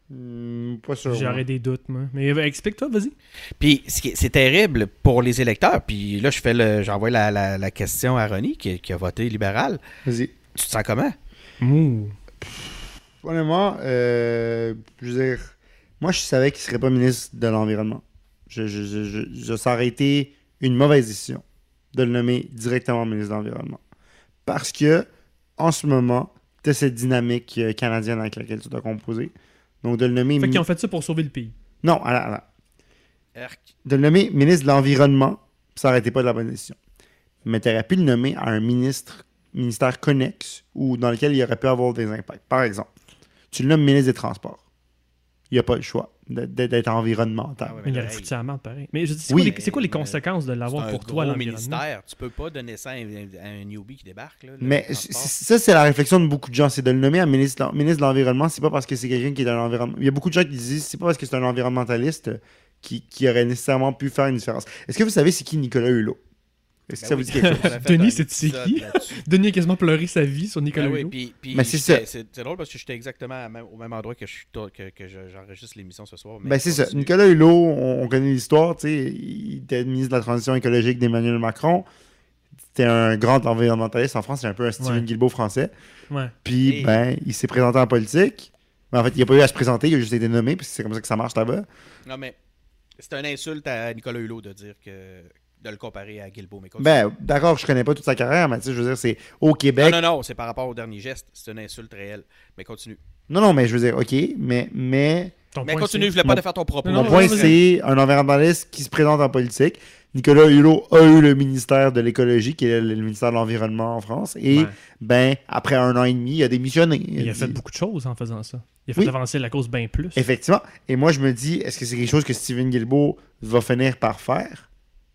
Hmm, pas sûr. J'aurais ouais. des doutes, moi. Mais euh, explique-toi, vas-y. Puis ce qui est- c'est terrible pour les électeurs. Puis là, je fais le, j'envoie la, la, la question à Ronnie, qui, qui a voté libéral. Vas-y. Tu te sens comment? Ouh. Honnêtement, euh, je veux dire, moi, je savais qu'il ne serait pas ministre de l'Environnement. Je, je, je, je, je- ça aurait été une mauvaise décision de le nommer directement ministre de l'Environnement. Parce que, en ce moment, tu as cette dynamique euh, canadienne avec laquelle tu dois composer. Donc, de le nommer... Fait mi- qu'ils ont fait ça pour sauver le pays. Non, alors, alors, Erk. de le nommer ministre de l'Environnement, ça n'aurait été pas de la bonne décision. Mais tu aurais pu le nommer à un ministre, ministère connexe ou dans lequel il aurait pu avoir des impacts. Par exemple, tu le nommes ministre des Transports. Il n'y a pas le choix de- de- d'être environnemental. Ah ouais, Mais il là, aurait hey, foutu sa merde, pareil. Mais je dis, c'est Oui, quoi les- c'est quoi les mais- conséquences de c'est l'avoir un pour gros toi, l'environnement? ministère. Tu peux pas donner ça à un, à un newbie qui débarque. Là, le Mais transport. c- c- ça, c'est la réflexion de beaucoup de gens. C'est de le nommer à ministre, ministre de l'Environnement. C'est pas parce que c'est quelqu'un qui est un environnement. Il y a beaucoup de gens qui disent c'est pas parce que c'est un environnementaliste euh, qui, qui aurait nécessairement pu faire une différence. Est-ce que vous savez c'est qui Nicolas Hulot? Est-ce que Ben ça oui. vous dit quelque chose? On a fait Denis, un c'est- c'est épisode qui? là-dessus. Denis a quasiment pleuré sa vie sur Nicolas Ben oui, Hulot. puis, puis Mais c'est j'étais- ça. C'est c'est drôle parce que j'étais exactement à même- au même endroit que, je, suis- que, que je- j'enregistre l'émission ce soir. mais Ben c'est ça. continue. Nicolas Hulot, on, on connaît l'histoire. tu sais, Il était ministre de la Transition écologique d'Emmanuel Macron. C'était un grand environnementaliste en France. C'est un peu un Steven Ouais. Guilbeault français. Ouais. Puis, Et- ben, il s'est présenté en politique. Mais en fait, il n'a pas eu à se présenter. Il a juste été nommé. Puis c'est comme ça que ça marche là-bas. Non, mais c'est une insulte à Nicolas Hulot de dire que. de le comparer à Guilbeault. Mais continue. Ben, d'accord, je connais pas toute sa carrière, mais tu sais, je veux dire, c'est au Québec. non, non, non, c'est par rapport au dernier geste. C'est une insulte réelle. Mais continue. Non, non, mais je veux dire, OK, mais, mais Ton Mais point, continue, c'est- je voulais pas Mon- de faire ton propos. Non, mon non, point, vas-y. c'est un environnementaliste qui se présente en politique. Nicolas Hulot a eu le ministère de l'écologie, qui est le, le ministère de l'Environnement en France, et Ouais. ben, après un an et demi, il a démissionné. Il a dit- fait beaucoup de choses en faisant ça. Il a fait Oui. avancer la cause bien plus. Effectivement. Et moi, je me dis, est-ce que c'est quelque chose que Steven Guilbeault va finir par faire?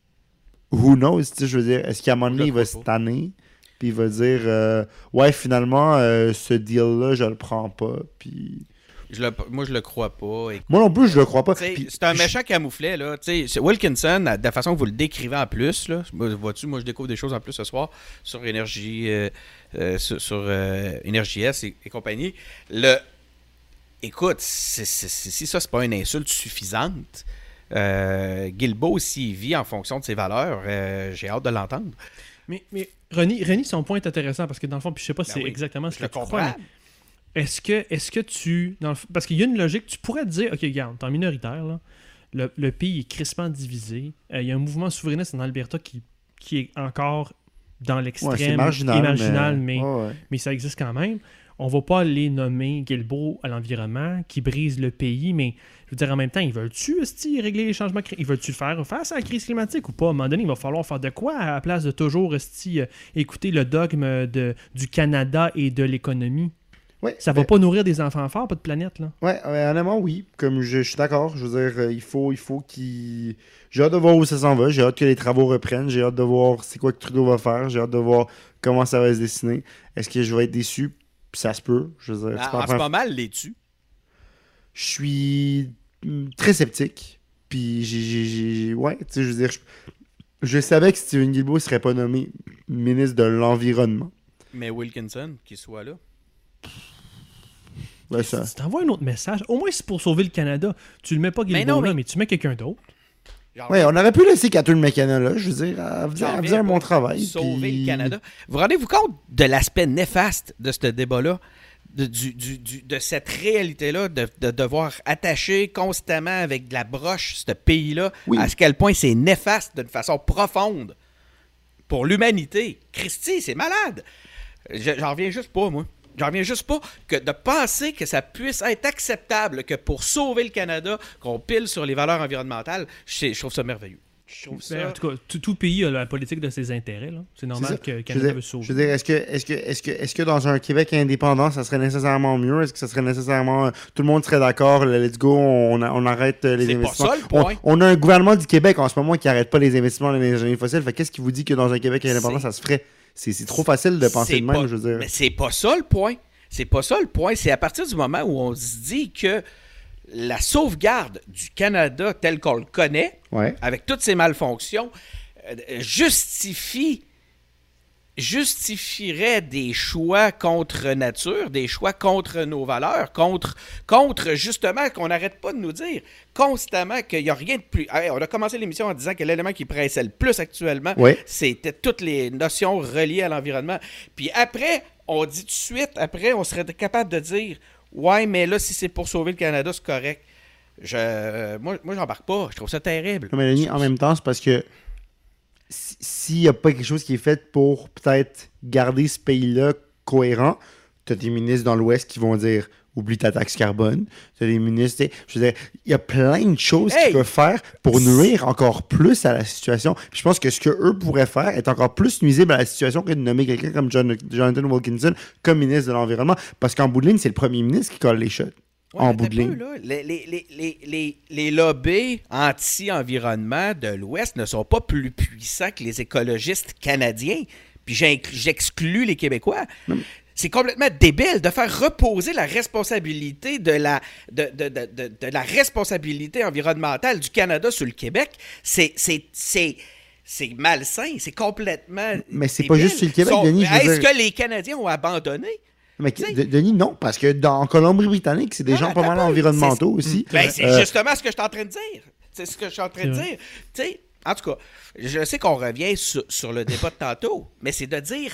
Who knows? Tu sais, je veux dire, est-ce qu'à un moment donné, il va se crois pas. tanner, puis il va dire, euh, ouais, finalement, euh, ce deal-là, je le prends pas, puis... Je le- moi, je le crois pas. Et- Moi non plus, je le crois pas. Tu sais, Puis- c'est un je- méchant camouflet, là. Tu sais, c'est Wilkinson, de la façon que vous le décrivez en plus, là. Moi, vois-tu, moi, je découvre des choses en plus ce soir sur Énergie, euh, euh, sur, sur euh, Énergie S et, et compagnie. Le... Écoute, c'est- c'est- c'est- si ça, c'est pas une insulte suffisante, euh, Guilbeault, s'il vit en fonction de ses valeurs, euh, j'ai hâte de l'entendre. Mais, mais René, René, son point est intéressant parce que dans le fond, puis je sais pas si Ben c'est oui, exactement ce Je que le tu comprends. crois, mais est-ce que, est-ce que tu... Dans le f- parce qu'il y a une logique, tu pourrais te dire, OK, regarde, t'es en minoritaire, là, le, le pays est crispement divisé, euh, il y a un mouvement souverainiste en Alberta qui, qui est encore dans Ouais, l'extrême c'est marginal, et marginal, mais, mais... ouais, ouais. mais ça existe quand même. On va pas les nommer Guilbeault à l'environnement, qui brise le pays, mais je veux dire, en même temps, ils veulent-tu esti, régler les changements climatiques? Ils veulent-tu faire face à la crise climatique ou pas? À un moment donné, il va falloir faire de quoi à la place de toujours esti, euh, écouter le dogme de, du Canada et de l'économie? Ouais, Ça va ben, pas nourrir des enfants forts, pas de planète, là. Ouais, ouais, honnêtement, oui. Comme je, je suis d'accord. Je veux dire, euh, il faut, il faut qu'il... J'ai hâte de voir où ça s'en va. J'ai hâte que les travaux reprennent. J'ai hâte de voir c'est quoi que Trudeau va faire. J'ai hâte de voir comment ça va se dessiner. Est-ce que je vais être déçu? Puis ça se peut. Je veux dire, c'est pas En, la en ce première- moment, l'es-tu? Je suis mm, très sceptique. Puis j'ai... j'ai- j'ai- Ouais, tu sais, je veux dire... Je, je savais que Steven Guilbeault ne serait pas nommé ministre de l'Environnement. Mais Wilkinson, qu'il soit là. Ouais, ça... Tu t'envoies un autre message. Au moins, c'est pour sauver le Canada. Tu le mets pas Mais Guilbeault non, là, mais- mais tu mets quelqu'un d'autre. Genre, Ouais, on aurait pu laisser Catherine McKenna là. Je veux dire, elle faisait, j'en elle faisait un reviens bon pas. travail. Sauver puis- le Canada. Vous vous rendez-vous compte de l'aspect néfaste de ce débat-là? De, du- du- du- de cette réalité-là, de, de devoir attacher constamment avec de la broche ce pays-là, Oui. à ce quel point c'est néfaste d'une façon profonde pour l'humanité. Christy, c'est malade. Je- J'en reviens juste pas, moi. J'en reviens juste pas que de penser que ça puisse être acceptable que pour sauver le Canada, qu'on pile sur les valeurs environnementales, je, je trouve ça merveilleux. Je trouve Ben, ça... en tout cas, tout, tout pays a la politique de ses intérêts, là. C'est C'est normal ça. que le Je veux Canada dire, veut se sauver. je veux dire, est-ce que, est-ce que, est-ce que, est-ce que dans un Québec indépendant, ça serait nécessairement mieux? Est-ce que ça serait nécessairement, euh, tout le monde serait d'accord, le let's go, on, a- on arrête euh, les C'est pas investissements. ça, le point. On, on a un gouvernement du Québec en ce moment qui arrête pas les investissements dans les énergies fossiles. Fait qu'est-ce qui vous dit que dans un Québec indépendant, C'est- ça se ferait? C'est, c'est trop facile de penser C'est de même, pas- je veux dire. Mais c'est pas ça le point. C'est pas ça le point. C'est à partir du moment où on se dit que la sauvegarde du Canada tel qu'on le connaît, Ouais. avec toutes ses malfonctions, euh, justifie justifierait des choix contre nature, des choix contre nos valeurs, contre, contre justement, qu'on n'arrête pas de nous dire constamment qu'il n'y a rien de plus... Hey, on a commencé l'émission en disant que l'élément qui pressait le plus actuellement, Ouais. c'était toutes les notions reliées à l'environnement. Puis après, on dit tout de suite, après, on serait capable de dire « Ouais, mais là, si c'est pour sauver le Canada, c'est correct. » Je, euh, moi, moi, j'embarque pas. Je trouve ça terrible. Non, mais Denis, en même temps, c'est parce que si- s'il n'y a pas quelque chose qui est fait pour peut-être garder ce pays-là cohérent, tu as des ministres dans l'Ouest qui vont dire oublie ta taxe carbone. Tu as des ministres, tu sais, je veux dire, il y a plein de choses Hey! qu'ils peuvent faire pour nuire encore plus à la situation. Puis je pense que ce qu'eux pourraient faire est encore plus nuisible à la situation que de nommer quelqu'un comme John- Jonathan Wilkinson comme ministre de l'Environnement. Parce qu'en bout de ligne, c'est le premier ministre qui colle les shots. Ouais, en attends bout de un ligne. peu, là. Les, les, les, les, les, les lobbies anti-environnement de l'Ouest ne sont pas plus puissants que les écologistes canadiens. Puis j'inc- j'exclus les Québécois. C'est complètement débile de faire reposer la responsabilité de la, de, de, de, de, de la responsabilité environnementale du Canada sur le Québec. C'est, c'est, c'est, c'est malsain, c'est complètement. Mais c'est débile. pas juste sur le Québec, Sont- Denis, je veux Est-ce dire- que les Canadiens ont abandonné? Mais Tu sais- de- Denis, non, parce que dans en Colombie-Britannique, c'est des Non, gens pas attends mal un peu. environnementaux aussi. Ben, c'est Euh, justement ce que je suis en train de dire. C'est ce que je suis en train de C'est vrai. dire. Tu sais, en tout cas, je sais qu'on revient sur, sur le débat de tantôt, mais c'est de dire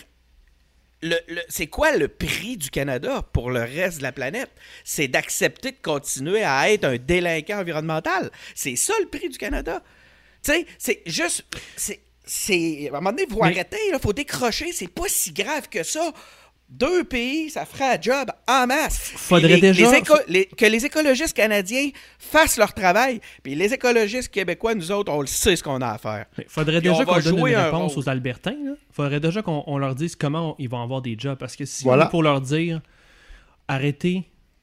le, le- c'est quoi le prix du Canada pour le reste de la planète? C'est d'accepter de continuer à être un délinquant environnemental. C'est ça le prix du Canada. Tu sais, c'est juste. C'est, c'est, à un moment donné, il faut Mais- arrêter, il faut décrocher. C'est pas si grave que ça. Deux pays, ça ferait un job en masse. Faudrait Puis les- déjà- les éco- les- que les écologistes canadiens fassent leur travail, puis les écologistes québécois, nous autres, on le sait ce qu'on a à faire. Il faudrait Puis on déjà va qu'on donne jouer une un réponse rôle. aux Albertains. Il faudrait déjà qu'on on leur dise comment on- ils vont avoir des jobs. Parce que si Voilà. on est pour leur dire arrêtez,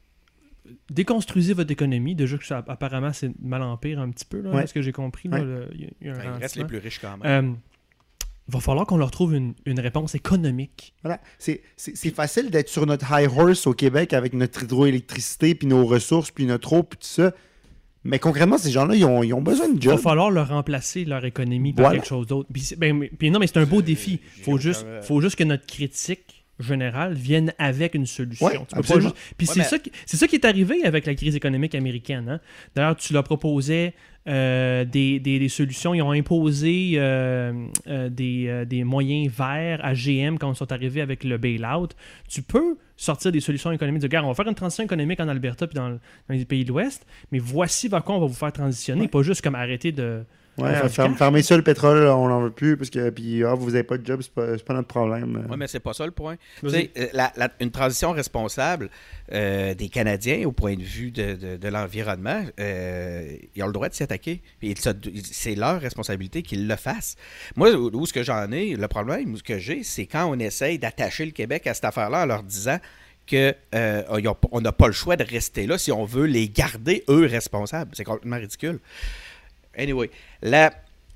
déconstruisez votre économie, déjà que ça, apparemment c'est mal en pire un petit peu, là, Ouais. ce que j'ai compris. là, Ouais. le- Il y a- il y a un Enfin, il reste les ralentissement. plus riches quand même. Euh, il va falloir qu'on leur trouve une, une réponse économique. Voilà. C'est, c'est, c'est facile d'être sur notre high horse au Québec avec notre hydroélectricité, puis nos ressources, puis notre eau, puis tout ça. Mais concrètement, ces gens-là, ils ont, ils ont besoin de Il va job. falloir leur remplacer leur économie par Voilà. quelque chose d'autre. Puis, c'est- ben, mais- puis non, mais c'est un beau défi. Il faut j'ai juste, aucun- faut juste que notre critique générale vienne avec une solution. Ouais, Tu peux pas absolument. juste- Puis Ouais, c'est, mais- ça qui, c'est ça qui est arrivé avec la crise économique américaine. Hein. D'ailleurs, tu leur proposais euh, des, des- des solutions. Ils ont imposé euh, euh, des, euh, des moyens verts à G M quand ils sont arrivés avec le bail-out. Tu peux sortir des solutions économiques. De gars, on va faire une transition économique en Alberta puis dans, le- dans les pays de l'Ouest, mais voici vers quoi on va vous faire transitionner. Ouais. Pas juste comme arrêter de... Ouais, de faire du ferme- cash. fermer ça le pétrole, on n'en veut plus, parce que puis ah, vous n'avez pas de job, c'est pas, c'est pas notre problème. Oui, mais c'est pas ça le point. Tu Vas-y. sais, euh, la- la- une transition responsable euh, des Canadiens au point de vue de, de- de l'environnement, euh, ils ont le droit de s'y attaquer. Puis ça- c'est leur responsabilité qu'ils le fassent. Moi, où, où ce que j'en ai, le problème où ce que j'ai, c'est quand on essaye d'attacher le Québec à cette affaire-là en leur disant que euh, ils ont- on n'a pas le choix de rester là si on veut les garder, eux, responsables. C'est complètement ridicule. Anyway, la...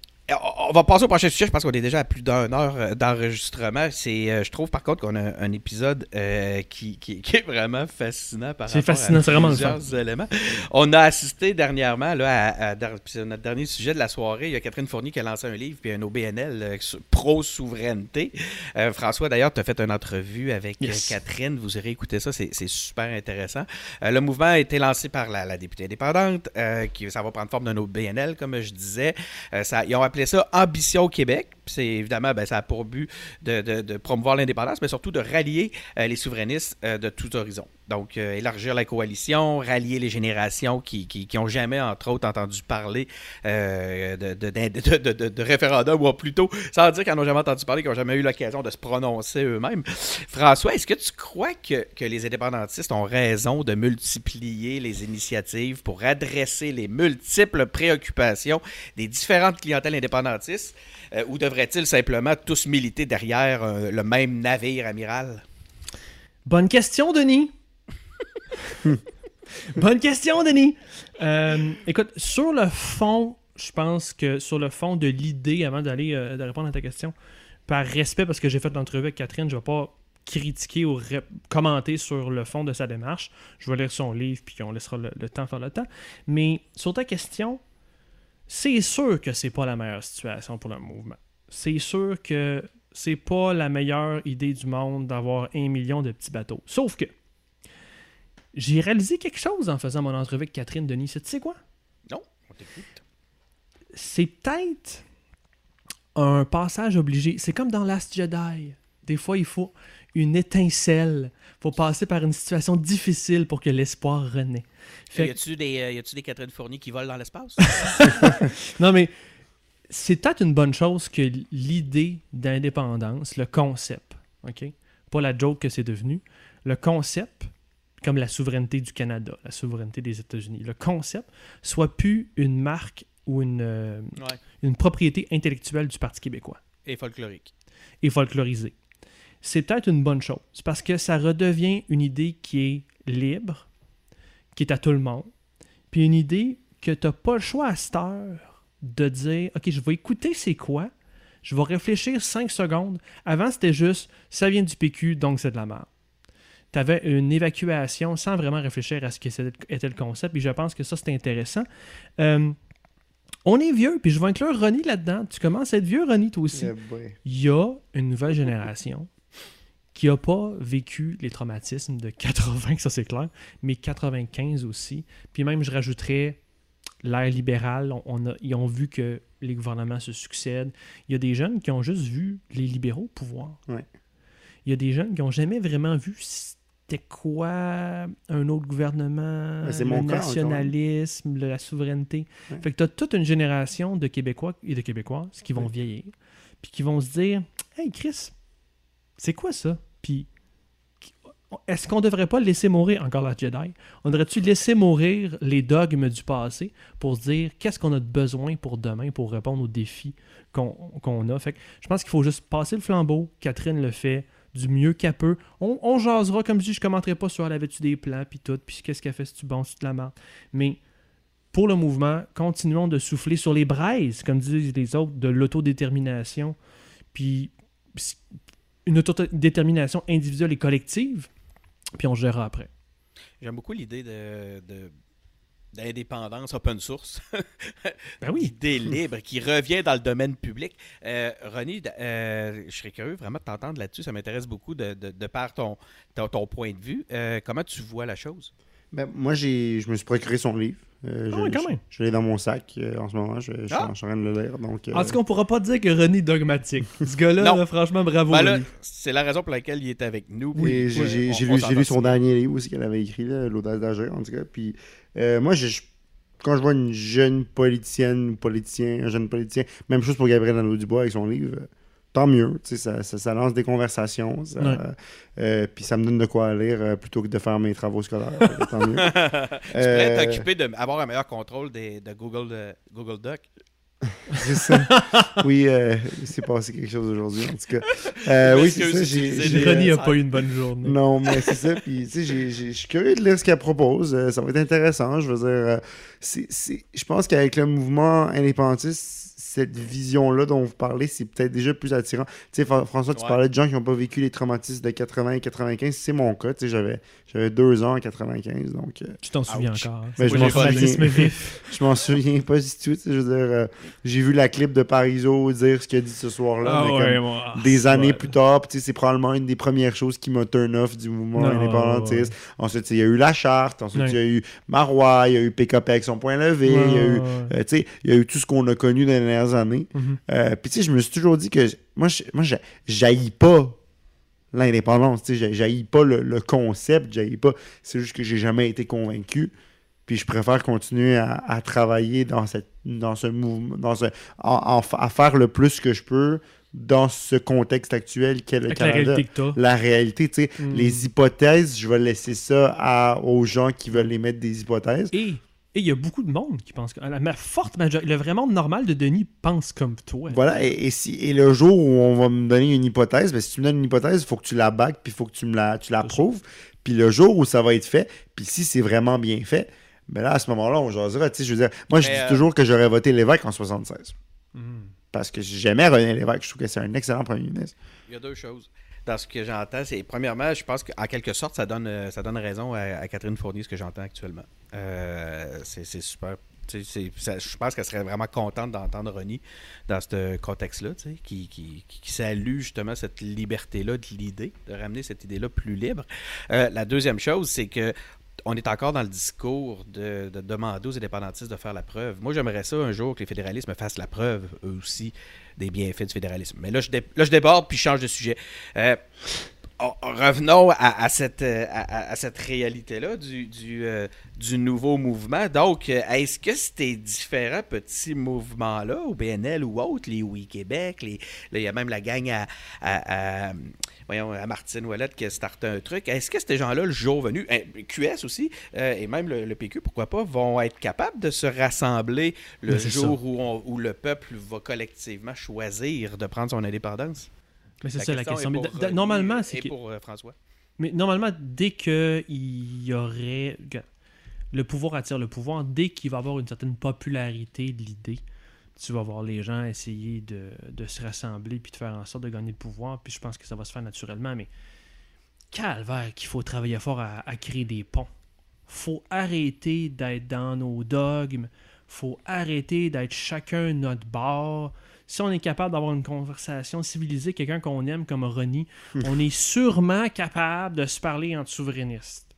on va passer au prochain sujet. Je pense qu'on est déjà à plus d'une heure euh, d'enregistrement. C'est, euh, je trouve par contre qu'on a un épisode euh, qui, qui- qui est vraiment fascinant par C'est rapport fascinant, à c'est vraiment le plusieurs éléments. On a assisté dernièrement là, à, à- à- c'est notre dernier sujet de la soirée. Il y a Catherine Fournier qui a lancé un livre puis un O B N L euh, sur- pro-souveraineté. Euh, François, d'ailleurs, tu as fait une entrevue avec euh, Yes. Catherine. Vous irez écouter ça. C'est, c'est super intéressant. Euh, le mouvement a été lancé par la, la députée indépendante. Euh, qui, ça va prendre forme d'un O B N L, comme je disais. Euh, ça, ils ont appelé ça Ambition au Québec. Puis c'est évidemment, ben, ça a pour but de, de- de promouvoir l'indépendance, mais surtout de rallier euh, les souverainistes euh, de tous horizons. Donc, euh, élargir la coalition, rallier les générations qui qui, qui ont jamais, entre autres, entendu parler euh, de, de, de, de, de- de- de référendum, ou plutôt, sans dire qu'ils n'en ont jamais entendu parler, qu'ils n'ont jamais eu l'occasion de se prononcer eux-mêmes. François, est-ce que tu crois que, que les indépendantistes ont raison de multiplier les initiatives pour adresser les multiples préoccupations des différentes clientèles indépendantistes, euh, ou devraient-ils simplement tous militer derrière euh, le même navire amiral? Bonne question, Denis. Bonne question, Denis. Euh, écoute, sur le fond, je pense que sur le fond de l'idée, avant d'aller euh, de répondre à ta question, par respect, parce que j'ai fait l'entrevue avec Catherine, je ne vais pas critiquer ou ré- commenter sur le fond de sa démarche. Je vais lire son livre, puis on laissera le, le temps faire le temps. Mais sur ta question, c'est sûr que c'est pas la meilleure situation pour le mouvement. C'est sûr que c'est pas la meilleure idée du monde d'avoir un million de petits bateaux. Sauf que j'ai réalisé quelque chose en faisant mon entrevue avec Catherine Denis. Tu sais quoi? Non, on t'écoute. C'est peut-être un passage obligé. C'est comme dans Last Jedi. Des fois, il faut une étincelle. Il faut passer par une situation difficile pour que l'espoir renaît. Fait Y a-tu des, euh, y a-tu des Catherine Fournier qui volent dans l'espace? Non, mais c'est peut-être une bonne chose que l'idée d'indépendance, le concept, OK? Pas la joke que c'est devenu, le concept, comme la souveraineté du Canada, la souveraineté des États-Unis, le concept soit plus une marque ou une, euh, Ouais. une propriété intellectuelle du Parti québécois Et folklorique. et folklorisée. C'est peut-être une bonne chose, parce que ça redevient une idée qui est libre, qui est à tout le monde, puis une idée que tu n'as pas le choix à cette heure de dire « Ok, je vais écouter c'est quoi, je vais réfléchir cinq secondes. » Avant, c'était juste « Ça vient du P Q, donc c'est de la merde. » Tu avais une évacuation sans vraiment réfléchir à ce que était le concept, et je pense que ça, c'est intéressant. Euh, on est vieux, puis je vais inclure Ronnie là-dedans. Tu commences à être vieux, Ronnie, toi aussi. Yeah, boy. Il y a une nouvelle génération qui n'a pas vécu les traumatismes de quatre-vingts, ça c'est clair, mais quatre-vingt-quinze aussi. Puis même, je rajouterais l'ère libérale. On, on a, ils ont vu que les gouvernements se succèdent. Il y a des jeunes qui ont juste vu les libéraux au pouvoir. Ouais. Il y a des jeunes qui n'ont jamais vraiment vu c'était quoi un autre gouvernement, Ben, c'est le mon cas, nationalisme, le- la souveraineté. Ouais. Fait que tu as toute une génération de Québécois et de Québécoises qui vont Ouais. vieillir, puis qui vont se dire « Hey Chris, c'est quoi ça? » Puis est-ce qu'on devrait pas laisser mourir encore la Jedi? On devrait-tu laisser mourir les dogmes du passé pour se dire qu'est-ce qu'on a de besoin pour demain pour répondre aux défis qu'on, qu'on a? Fait que je pense qu'il faut juste passer le flambeau. Catherine le fait du mieux qu'elle peut. On, on jasera, comme je dis, je commenterai pas sur elle avait-tu des plans, puis tout, puis qu'est-ce qu'elle fait, si tu bon, si tu la merde. Mais pour le mouvement, continuons de souffler sur les braises, comme disent les autres, de l'autodétermination, puis une autodétermination individuelle et collective, puis on gérera après. J'aime beaucoup l'idée de, de- d'indépendance open source. Ben oui. L'idée libre qui revient dans le domaine public. Euh, Ronnie, euh, je serais curieux vraiment de t'entendre là-dessus. Ça m'intéresse beaucoup de, de, de par ton, ton, ton point de vue. Euh, comment tu vois la chose? Ben, moi, j'ai, je me suis procuré son livre. Euh, Ah je, ouais, quand je- même. Je l'ai dans mon sac euh, en ce moment. Je, je, suis Ah. en- je suis en train de le lire. Donc, euh, En tout cas, on pourra pas dire que René est dogmatique. Ce gars-là, Non. là, franchement, bravo. Ben là, René. c'est la raison pour laquelle il est avec nous. et Puis, j'ai, euh, j'ai- on- j'ai on lu, s'entend j'ai lu son dessus. dernier livre aussi qu'elle avait écrit, là, L'audace d'agir, en tout cas. Puis, euh, moi, je, je- quand je vois une jeune politicienne ou politicien, un jeune politicien, même chose pour Gabriel Nadeau-Dubois avec son livre, euh, tant mieux. Tu sais, Ça, ça, ça lance des conversations. Ça, Ouais. euh, puis ça me donne de quoi lire euh, plutôt que de faire mes travaux scolaires. euh, tant mieux. Tu pourrais Euh, t'occuper d'avoir un meilleur contrôle des, de Google, de Google Doc. C'est ça. Oui, euh, il s'est passé quelque chose aujourd'hui, en tout cas. Euh, oui, c'est ça. Excuse, J'ai, utilisez j'ai, les- René euh, a pas eu une bonne journée. non, mais c'est ça. Puis, tu sais, j'ai- j'ai- je suis curieux de lire ce qu'elle propose. Euh, ça va être intéressant. Je veux dire, euh, c'est, c'est- je pense qu'avec le mouvement indépendantiste, cette vision-là dont vous parlez, c'est peut-être déjà plus attirant. Tu sais, Fra- François, tu Ouais. parlais de gens qui n'ont pas vécu les traumatismes de quatre-vingts et quatre-vingt-quinze. C'est mon cas. Tu sais, j'avais, j'avais deux ans en quatre-vingt-quinze. Donc, euh, Tu t'en souviens Ouch. encore. hein? Ben, C'est je pas m'en un traumatisme souviens. vif. je m'en souviens pas du tout. Tu sais, je veux dire, euh, j'ai vu la clip de Parizeau dire ce qu'il a dit ce soir-là. Ah mais ouais, comme- moi, des années ouais. plus tard, puis tu sais, c'est probablement une des premières choses qui m'a turn off du mouvement Non, indépendantiste. Ensuite, tu sais, il y a eu la charte, ensuite Ouais. il y a eu Marois, il y a eu P K P avec son point levé, Ouais, il y a eu, ouais, euh, tu sais, il y a eu tout ce qu'on a connu dans les dernières années. Mhm. Euh, puis tu sais, je me suis toujours dit que moi, je, moi, j'a- j'haïs pas l'indépendance, tu sais, j'a- j'haïs pas le, le concept, j'haïs pas, c'est juste que j'ai jamais été convaincu. Puis je préfère continuer à, à travailler dans cette dans ce mouvement, dans ce, en- en- à faire le plus que je peux dans ce contexte actuel qu'est le Avec la Canada. réalité que t'as. La réalité, tu sais, Mm. les hypothèses, je vais laisser ça à, aux gens qui veulent émettre des hypothèses. Et et il y a beaucoup de monde qui pense que la ma forte majorité, le vrai monde normal de Denis pense comme toi. Voilà, et, et si, et le jour où on va me donner une hypothèse, ben, si tu me donnes une hypothèse, il faut que tu la back, puis il faut que tu me la, tu la C'est ça. prouves. Puis le jour où ça va être fait, puis si c'est vraiment bien fait, ben là, à ce moment-là, on jasera. Tu sais, je veux dire, moi, je Mais, dis euh, toujours que j'aurais voté Lévesque en soixante-seize. Mhm. Parce que j'aimais René Lévesque. Je trouve que c'est un excellent premier ministre. Il y a deux choses. dans ce que j'entends. C'est, premièrement, je pense qu'en quelque sorte, ça donne, ça donne raison à, à Catherine Fournier, ce que j'entends actuellement. Euh, c'est, c'est super. C'est, ça, je pense qu'elle serait vraiment contente d'entendre Ronnie dans ce contexte-là, qui, qui, qui salue justement cette liberté-là de l'idée, de ramener cette idée-là plus libre. Euh, la deuxième chose, c'est que on est encore dans le discours de, de demander aux indépendantistes de faire la preuve. Moi, j'aimerais ça un jour que les fédéralistes me fassent la preuve, eux aussi, des bienfaits du fédéralisme. Mais là, je, dé, là, je déborde puis je change de sujet. Euh, oh, revenons à, à, cette, à, à cette réalité-là du, du, euh, du nouveau mouvement. Donc, est-ce que ces différents petits mouvements-là, au B N L ou autres, les Oui Québec, les, là, il y a même la gang à... à, à voyons, à Martine Ouellette qui a starté un truc. Est-ce que ces gens-là, le jour venu, Q S aussi, euh, et même le, le P Q, pourquoi pas, vont être capables de se rassembler le Mais jour où, on, où le peuple va collectivement choisir de prendre son indépendance? Mais c'est la ça la question. Pour, mais d- d- normalement, c'est et que... pour euh, François. Mais normalement, dès qu'il y aurait... Le pouvoir attire le pouvoir. Dès qu'il va y avoir une certaine popularité de l'idée, tu vas voir les gens essayer de, de se rassembler puis de faire en sorte de gagner le pouvoir. Puis je pense que ça va se faire naturellement. Mais calvaire qu'il faut travailler fort à, à créer des ponts. Faut arrêter d'être dans nos dogmes. Faut arrêter d'être chacun notre bord. Si on est capable d'avoir une conversation civilisée, quelqu'un qu'on aime comme Ronnie, on est sûrement capable de se parler entre souverainistes.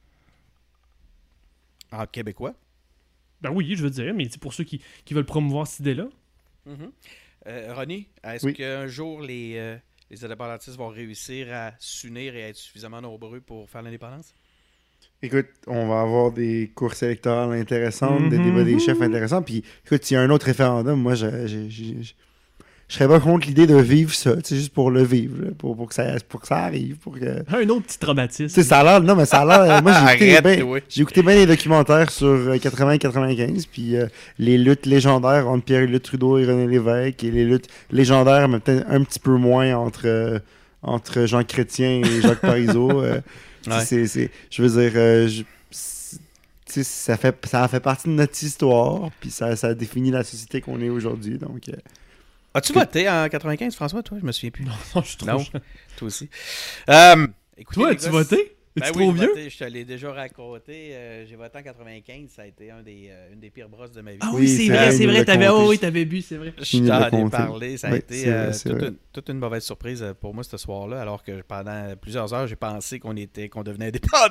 En québécois? Ben oui, je veux dire, mais c'est pour ceux qui, qui veulent promouvoir cette idée-là. Mm-hmm. Euh, Ronnie, est-ce oui. qu'un jour les, euh, les indépendantistes vont réussir à s'unir et à être suffisamment nombreux pour faire l'indépendance? Écoute, on va avoir des courses électorales intéressantes, mm-hmm. des débats des chefs intéressants. Puis, écoute, s'il y a un autre référendum, moi, je, je, je, je, je serais pas contre l'idée de vivre ça, tu sais, juste pour le vivre, là, pour, pour, que ça, pour que ça arrive. Pour que... Un autre petit traumatisme. Tu sais, ça a l'air, non, mais ça a l'air. Moi, j'ai écouté, ben, oui. j'ai écouté bien les documentaires sur quatre-vingts quatre-vingt-quinze, puis euh, les luttes légendaires entre Pierre-Éliott Trudeau et René Lévesque, et les luttes légendaires, mais peut-être un petit peu moins entre, euh, entre Jean Chrétien et Jacques Parizeau. euh, ouais. c'est, c'est, je veux dire, euh, je, ça, fait, ça a fait partie de notre histoire, puis ça, ça définit la société qu'on est aujourd'hui, donc... Euh, As-tu que... voté en quatre-vingt-quinze, François, toi? Je me souviens plus. Non, non je suis trop non, jeune. Toi aussi. Euh, écoutez, toi, as-tu voté? Ben Es-tu oui, trop vieux? Voté, je te l'ai déjà raconté. Euh, j'ai voté en quatre-vingt-quinze. Ça a été un des, euh, une des pires brosses de ma vie. Ah oui, c'est, c'est vrai, c'est vrai. T'avais, oh, oui, t'avais bu, c'est vrai. Je t'en ai parlé. Ça a oui, été euh, vrai, toute, une, toute une mauvaise surprise pour moi ce soir-là, alors que pendant plusieurs heures, j'ai pensé qu'on, était, qu'on devenait indépendant.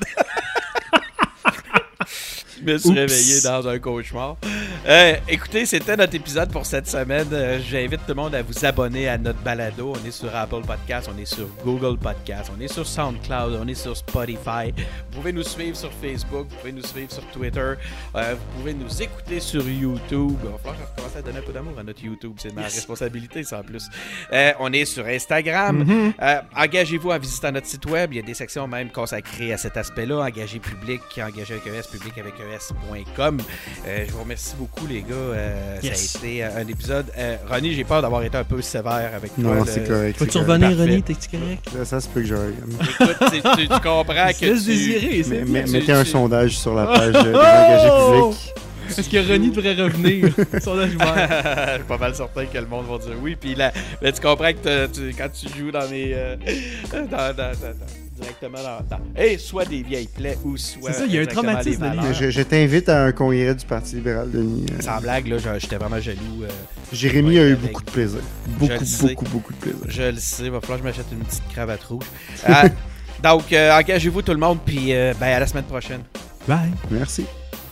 Je me suis Oups. réveillé dans un cauchemar. Euh, écoutez, c'était notre épisode pour cette semaine. Euh, j'invite tout le monde à vous abonner à notre balado. On est sur Apple Podcasts, on est sur Google Podcasts, on est sur SoundCloud, on est sur Spotify. Vous pouvez nous suivre sur Facebook, vous pouvez nous suivre sur Twitter. Euh, vous pouvez nous écouter sur YouTube. Il va falloir que je recommence à donner un peu d'amour à notre YouTube. C'est ma yes. responsabilité, ça en plus. Euh, on est sur Instagram. Mm-hmm. Euh, engagez-vous en visitant notre site web. Il y a des sections même consacrées à cet aspect-là. Engagez public, engagez avec E S, public avec E S point com. Euh, je vous remercie beaucoup, les gars. Euh, yes. Ça a été un épisode. Euh, Ronnie, j'ai peur d'avoir été un peu sévère avec toi. Non, le... c'est correct. Peux-tu revenir, Ronnie? T'es-tu correct? Ça, ça se peut que je regarde. Écoute, tu, tu, tu comprends que. Tu... Désirer, c'est mais, mais, Mettez tu... un sondage sur la page des engagés publics. Est-ce que Ronnie devrait revenir? Sondage ouvert. Je suis pas mal certain que le monde va dire oui. Puis là, là tu comprends que tu, quand tu joues dans mes. Euh, dans, dans, dans, dans, directement dans. dans hey, soit des vieilles plaies ou soit. C'est ça, il y a un traumatisme. Je, je t'invite à un congrès du Parti libéral, Denis. Sans blague, là, j'étais vraiment jaloux. Euh, Jérémy a eu beaucoup de plaisir. Beaucoup, beaucoup, beaucoup de plaisir. Je le sais. Il va falloir que je m'achète une petite cravate rouge. euh, donc, euh, engagez-vous tout le monde. Puis, euh, ben, à la semaine prochaine. Bye. Merci.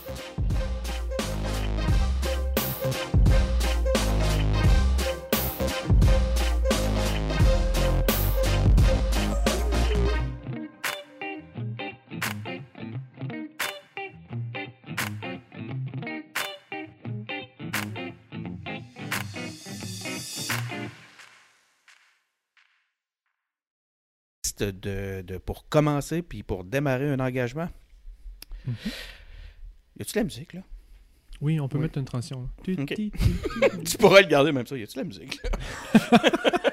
De, de, pour commencer puis pour démarrer un engagement. Mm-hmm. Y a-tu de la musique, là? Oui, on peut oui. mettre une transition. Okay. Tu pourrais le garder même ça. Y a-tu de la musique, là?